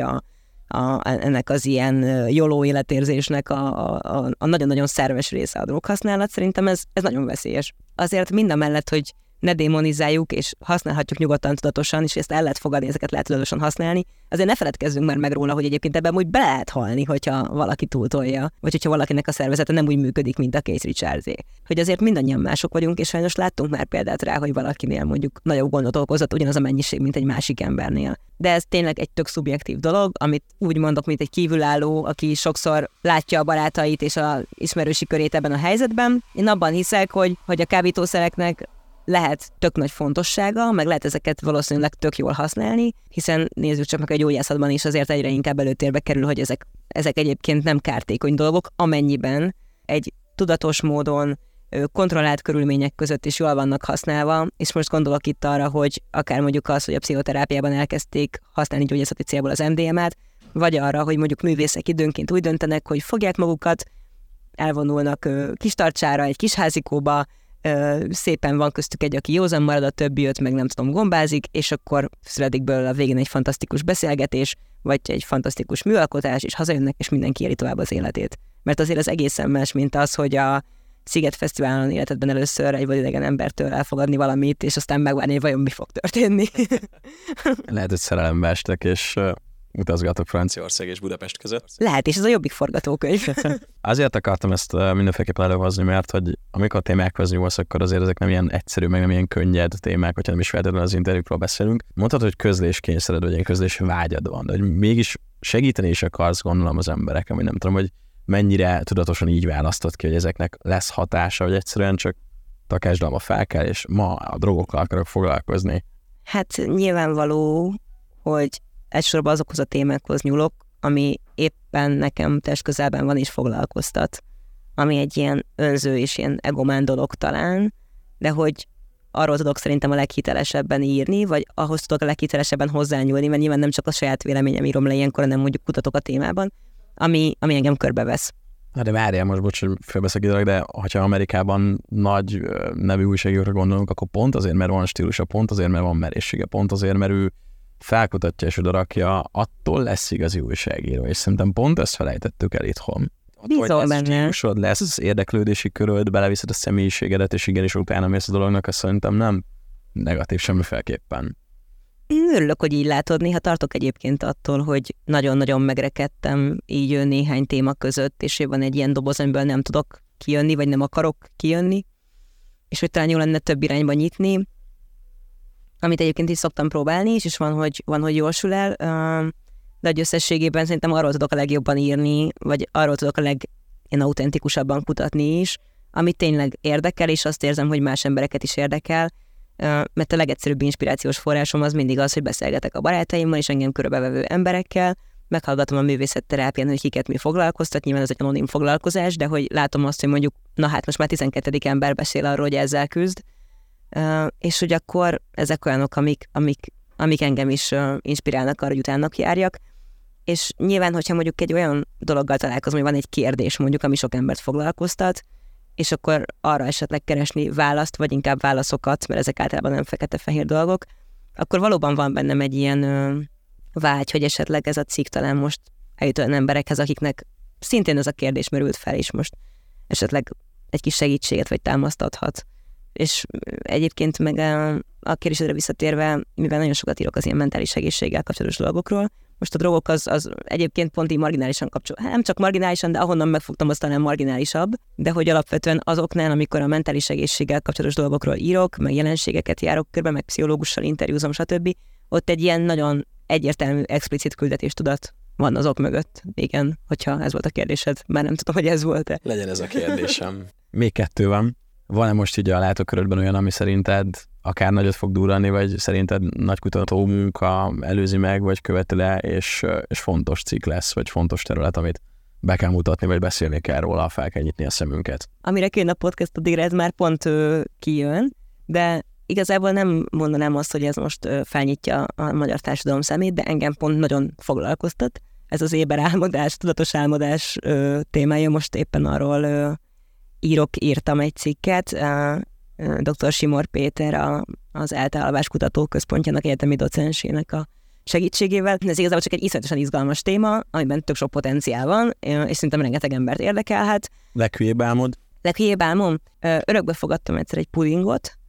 ennek az ilyen jóló életérzésnek a nagyon-nagyon szerves része a droghasználat, szerintem ez nagyon veszélyes. Azért mindamellett, hogy ne démonizáljuk, és használhatjuk nyugodtan, tudatosan, és ezt el lehet fogadni, ezeket lehet tudatosan használni, azért ne feledkezzünk már meg róla, hogy egyébként ebben úgy be lehet halni, hogyha valaki túltolja, vagy hogyha valakinek a szervezete nem úgy működik, mint a Keith Richardsé. Hogy azért mindannyian mások vagyunk, és sajnos láttunk már példát rá, hogy valakinél mondjuk nagyobb gondot okozott ugyanaz a mennyiség, mint egy másik embernél. De ez tényleg egy tök szubjektív dolog, amit úgy mondok, mint egy kívülálló, aki sokszor látja a barátait és a ismerősi körét ebben a helyzetben. Én abban hiszek, hogy a kábítószereknek lehet tök nagy fontossága, meg lehet ezeket valószínűleg tök jól használni, hiszen nézzük csak meg a gyógyászatban is azért egyre inkább előtérbe kerül, hogy ezek egyébként nem kártékony dolgok, amennyiben egy tudatos módon, kontrollált körülmények között is jól vannak használva, és most gondolok itt arra, hogy akár mondjuk az, hogy a pszichoterápiában elkezdték használni gyógyászati célból az MDMA-t, vagy arra, hogy mondjuk művészek időnként úgy döntenek, hogy fogják magukat, elvonulnak kis tartsára, egy kis házikóba, szépen van köztük egy, aki józan marad, a többi öt meg nem tudom, gombázik, és akkor születik belőle a végén egy fantasztikus beszélgetés, vagy egy fantasztikus műalkotás, és hazajönnek, és mindenki éli tovább az életét. Mert azért az egészen más, mint az, hogy a Sziget Fesztiválon életedben először egy vadidegen embertől elfogadni valamit, és aztán megvárni, hogy vajon mi fog történni. Lehet, hogy szerelembe estek, és utazgatok Franciaország és Budapest között. Lehet, és ez a jobbik forgatókönyv. Azért akartam ezt mindenféleképpen előhozni, mert hogy amikor témákhoz nyúlsz, akkor azért ezek nem ilyen egyszerű, meg nem ilyen könnyed témák, hogyha nem is feltétlenül az interjúkról beszélünk. Mondhatod, hogy közléskényszered, vagy ilyen közlés vágyad van, de hogy mégis segíteni is akarsz, gondolom, az emberek, ami nem tudom, hogy mennyire tudatosan így választod ki, hogy ezeknek lesz hatása, vagy egyszerűen csak takásdalma fel kell, és ma a drogokkal akarok foglalkozni. Hát nyilvánvaló, hogy elsősorban azokhoz a témákhoz nyúlok, ami éppen nekem testközelben van és foglalkoztat, ami egy ilyen önző és ilyen egomán dolog talán, de hogy arról tudok szerintem a leghitelesebben írni, vagy ahhoz tudok a leghitelesebben hozzányúlni, mert nyilván nem csak a saját véleményem írom le ilyenkor, hanem mondjuk kutatok a témában, ami engem körbevesz. Na de várjál, most bocs, hogy félbeszakítalak, de ha Amerikában nagy nevű újságírókra gondolunk, akkor pont azért, mert van stílusa, pont azért, mert van merészsége, pont azért, mert ő felkutatja és odarakja, attól lesz igazi újságíró, és szerintem pont ezt felejtettük el itthon. Bízol benne. Stílusod lesz, az érdeklődési köröd, beleviszed a személyiségedet, és igenis utána mész a dolognak, azt szerintem nem negatív semmiféleképpen. Én örülök, hogy így látod, néha tartok egyébként attól, hogy nagyon-nagyon megrekedtem így néhány téma között, és van egy ilyen doboz, amiből nem tudok kijönni, vagy nem akarok kijönni, és hogy talán jó lenne több irányba nyitni, amit egyébként is szoktam próbálni is, és van, hogy jól sül el, de egy összességében szerintem arról tudok a legjobban írni, vagy arról tudok a ilyen autentikusabban kutatni is, amit tényleg érdekel, és azt érzem, hogy más embereket is érdekel, mert a legegyszerűbb inspirációs forrásom az mindig az, hogy beszélgetek a barátaimmal és engem körbevevő emberekkel, meghallgatom a művészetterápián, hogy kiket mi foglalkoztat, nyilván ez egy anonim foglalkozás, de hogy látom azt, hogy mondjuk, na hát most már 12. ember beszél arról, hogy ezzel küzd, és hogy akkor ezek olyanok, amik engem is inspirálnak arra, hogy utána járjak. és nyilván, hogyha mondjuk egy olyan dologgal találkozom, hogy van egy kérdés mondjuk, ami sok embert foglalkoztat, és akkor arra esetleg keresni választ, vagy inkább válaszokat, mert ezek általában nem fekete-fehér dolgok, akkor valóban van bennem egy ilyen vágy, hogy esetleg ez a cikk talán most eljut olyan emberekhez, akiknek szintén ez a kérdés merült fel, és most esetleg egy kis segítséget vagy támaszt adhat. És egyébként meg a kérdésedre visszatérve, mivel nagyon sokat írok az ilyen mentális egészséggel kapcsolatos dolgokról, most a drogok az egyébként pont így marginálisan kapcsolatban, nem csak marginálisan, de ahonnan megfogtam, az talán marginálisabb, de hogy alapvetően azoknál, amikor a mentális egészséggel kapcsolatos dolgokról írok, meg jelenségeket járok körbe, meg pszichológussal interjúzom, stb., ott egy ilyen nagyon egyértelmű, explicit küldetéstudat van azok mögött. Igen, hogyha ez volt a kérdésed, már nem tudom, hogy ez volt-e. Legyen ez a kérdésem. Még 2 van. Van-e most így a látókörödben olyan, ami szerinted akár nagyot fog durrani, vagy szerinted nagy kutató munka előzi meg, vagy követi le, és fontos cikk lesz, vagy fontos terület, amit be kell mutatni, vagy beszélni kell róla, fel kell nyitni a szemünket? Amire kijön a podcast, addigra ez már pont kijön, de igazából nem mondanám azt, hogy ez most felnyitja a magyar társadalom szemét, de engem pont nagyon foglalkoztat. Ez az éber álmodás, tudatos álmodás témája, most éppen arról írtam egy cikket. Dr. Simor Péter, az ELTE Alvás Kutatóközpontjának egyetemi docensének a segítségével. Ez igazából csak egy iszonyatosan izgalmas téma, amiben tök sok potenciál van, és szerintem rengeteg embert érdekelhet. Leghülyébb álmod? Leghülyébb álmom? Örökbe fogadtam egyszer egy pudingot.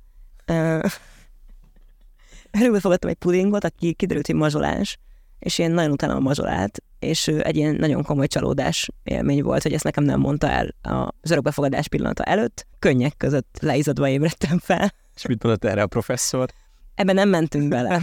Aki kiderült, hogy mazsolás, és én nagyon utálom a mazsolát, és egy ilyen nagyon komoly csalódás élmény volt, hogy ezt nekem nem mondta el az örökbefogadás pillanata előtt. Könnyek között leizadva ébredtem fel. És mit mondott erre a professzor? Ebben nem mentünk bele.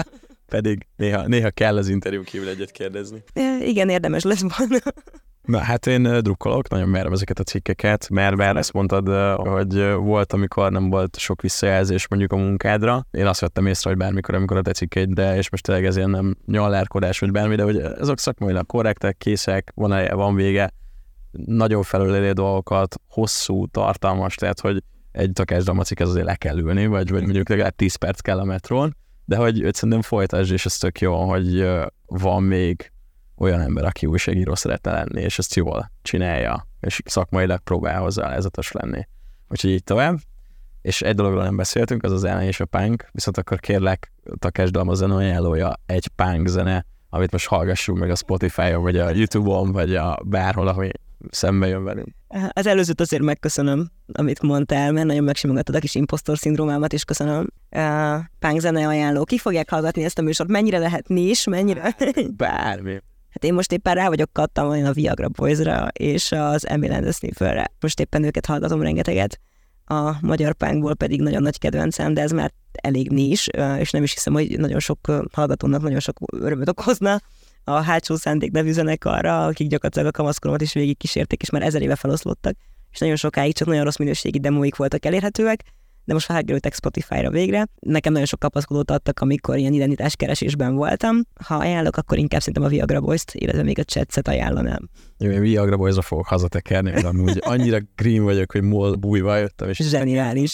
Pedig néha kell az interjún kívül egyet kérdezni. Igen, érdemes lesz volna. Na hát én drukkolok, nagyon merem ezeket a cikkeket, mert bár ezt mondtad, hogy volt, amikor nem volt sok visszajelzés mondjuk a munkádra. Én azt vettem észre, hogy bármikor, amikor a te cikkeidre, és most tényleg ez ilyen nem nyallárkodás vagy bármi, de hogy azok szakmailag korrektek, készek, van eleje, van vége, nagyon felülélő dolgokat, hosszú, tartalmas, tehát hogy egy Takásd cikk ez azért le kell ülni, vagy mondjuk legalább 10 perc kell a metrón, de hogy szerintem folytasd, és ez tök jó, hogy van még olyan ember, aki újságíró szeretne lenni, és ezt jól csinálja, és szakmailag próbál hozzá alázatos lenni. Úgyhogy így tovább. És egy dologról nem beszéltünk, az az ellen és a punk, viszont akkor kérlek, Takásd a zene ajánlója egy punk zene, amit most hallgassunk meg a Spotify-on, vagy a YouTube-on, vagy a bárhol, ahol szembe jön velünk. Az előzőt azért megköszönöm, amit mondtál, mert nagyon megsimogattad a kis impostor szindrómámat is, köszönöm. Punk zene ajánló. Ki fogják hallgatni ezt a műsort? Mennyire lehet nis? Mennyire? Bármi. Hát én most éppen rá vagyok kattam a Viagra Boysra és az Emil and the Snifferre. Most éppen őket hallgatom rengeteget. A magyar punkból pedig nagyon nagy kedvencem, de ez már elég nis, és nem is hiszem, hogy nagyon sok hallgatónak nagyon sok örömöt okozna. A Hátsó Szándék nevű zenekarra, akik gyakorlatilag a kamaszkoromat is végig kísérték, és már 1000 éve feloszlottak, és nagyon sokáig csak nagyon rossz minőségi demóik voltak elérhetőek, de most felkerültek Spotify-ra végre. Nekem nagyon sok kapaszkodót adtak, amikor ilyen identitáskeresésben voltam. Ha ajánlok, akkor inkább szerintem a Viagra Boys-t, illetve még a Csetszet ajánlanám. Jó, én Viagra Boys-ra fogok hazatekerni, mert amúgy annyira green vagyok, hogy mol bújva jöttem. És zseniális.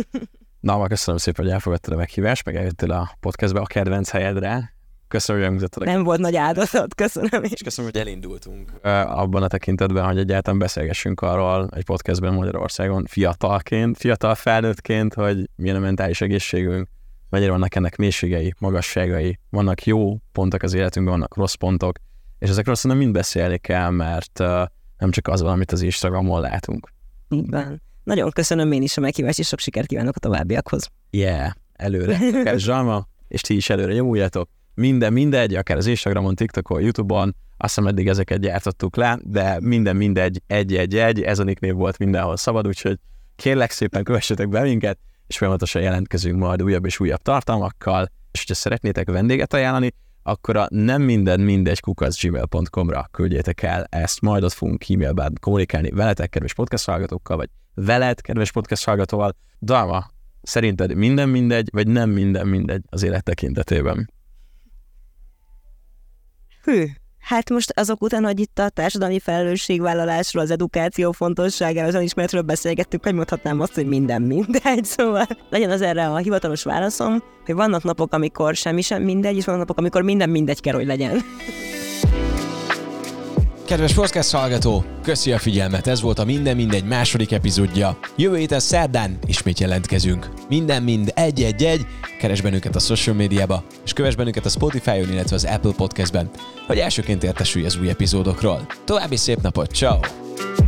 Na, már köszönöm szépen, hogy elfogadtad a meghívást, meg eljöttél a podcastbe a kedvenc helyedre. Köszönöm, hogy elmutattad. Nem volt nagy áldozat, köszönöm. És köszönöm, hogy elindultunk abban a tekintetben, hogy egyáltalán beszélgessünk arról egy podcastben Magyarországon fiatal felnőttként, hogy milyen a mentális egészségünk, mennyire vannak ennek mélységei, magasságai, vannak jó pontok az életünkben, vannak rossz pontok, és ezekről szerintem mind beszélni kell, mert nem csak az van, amit az Instagramon látunk. Így van. Nagyon köszönöm én is a meghívást, és sok sikert kívánok a továbbiakhoz. Előre. Zsalma, és ti is előre nyomuljatok. Mindegy, akár az Instagramon, TikTokon, YouTube-on, azt hiszem eddig ezeket gyártottuk le, de mindegy, egy, ez a nicknév volt mindenhol szabad, úgyhogy kérlek szépen kövessetek be minket, és folyamatosan jelentkezünk majd újabb és újabb tartalmakkal, és hogyha szeretnétek vendéget ajánlani, akkor a nemmindegy@gmail.com-ra küldjétek el ezt, majd ott fogunk e-mailben kommunikálni veletek, kedves podcast hallgatókkal, vagy veled, kedves podcast hallgatóval. Dalma, szerinted minden mindegy, vagy nem minden mindegy az élet tekintetében? Hát most azok után, hogy itt a társadalmi felelősségvállalásról, az edukáció fontosságáról, az önismeretről beszélgettünk, hogy mondhatnám azt, hogy minden mindegy, szóval legyen az erre a hivatalos válaszom, hogy vannak napok, amikor semmi sem mindegy, és vannak napok, amikor minden mindegy kell, hogy legyen. Kedves podcast hallgató, köszi a figyelmet, ez volt a Minden Mindegy második epizódja. Jövő héten szerdán ismét jelentkezünk. Minden egy, keresd bennünket a social médiába, és kövess bennünket a Spotify-on, illetve az Apple Podcastben, hogy elsőként értesülj az új epizódokról. További szép napot, ciao.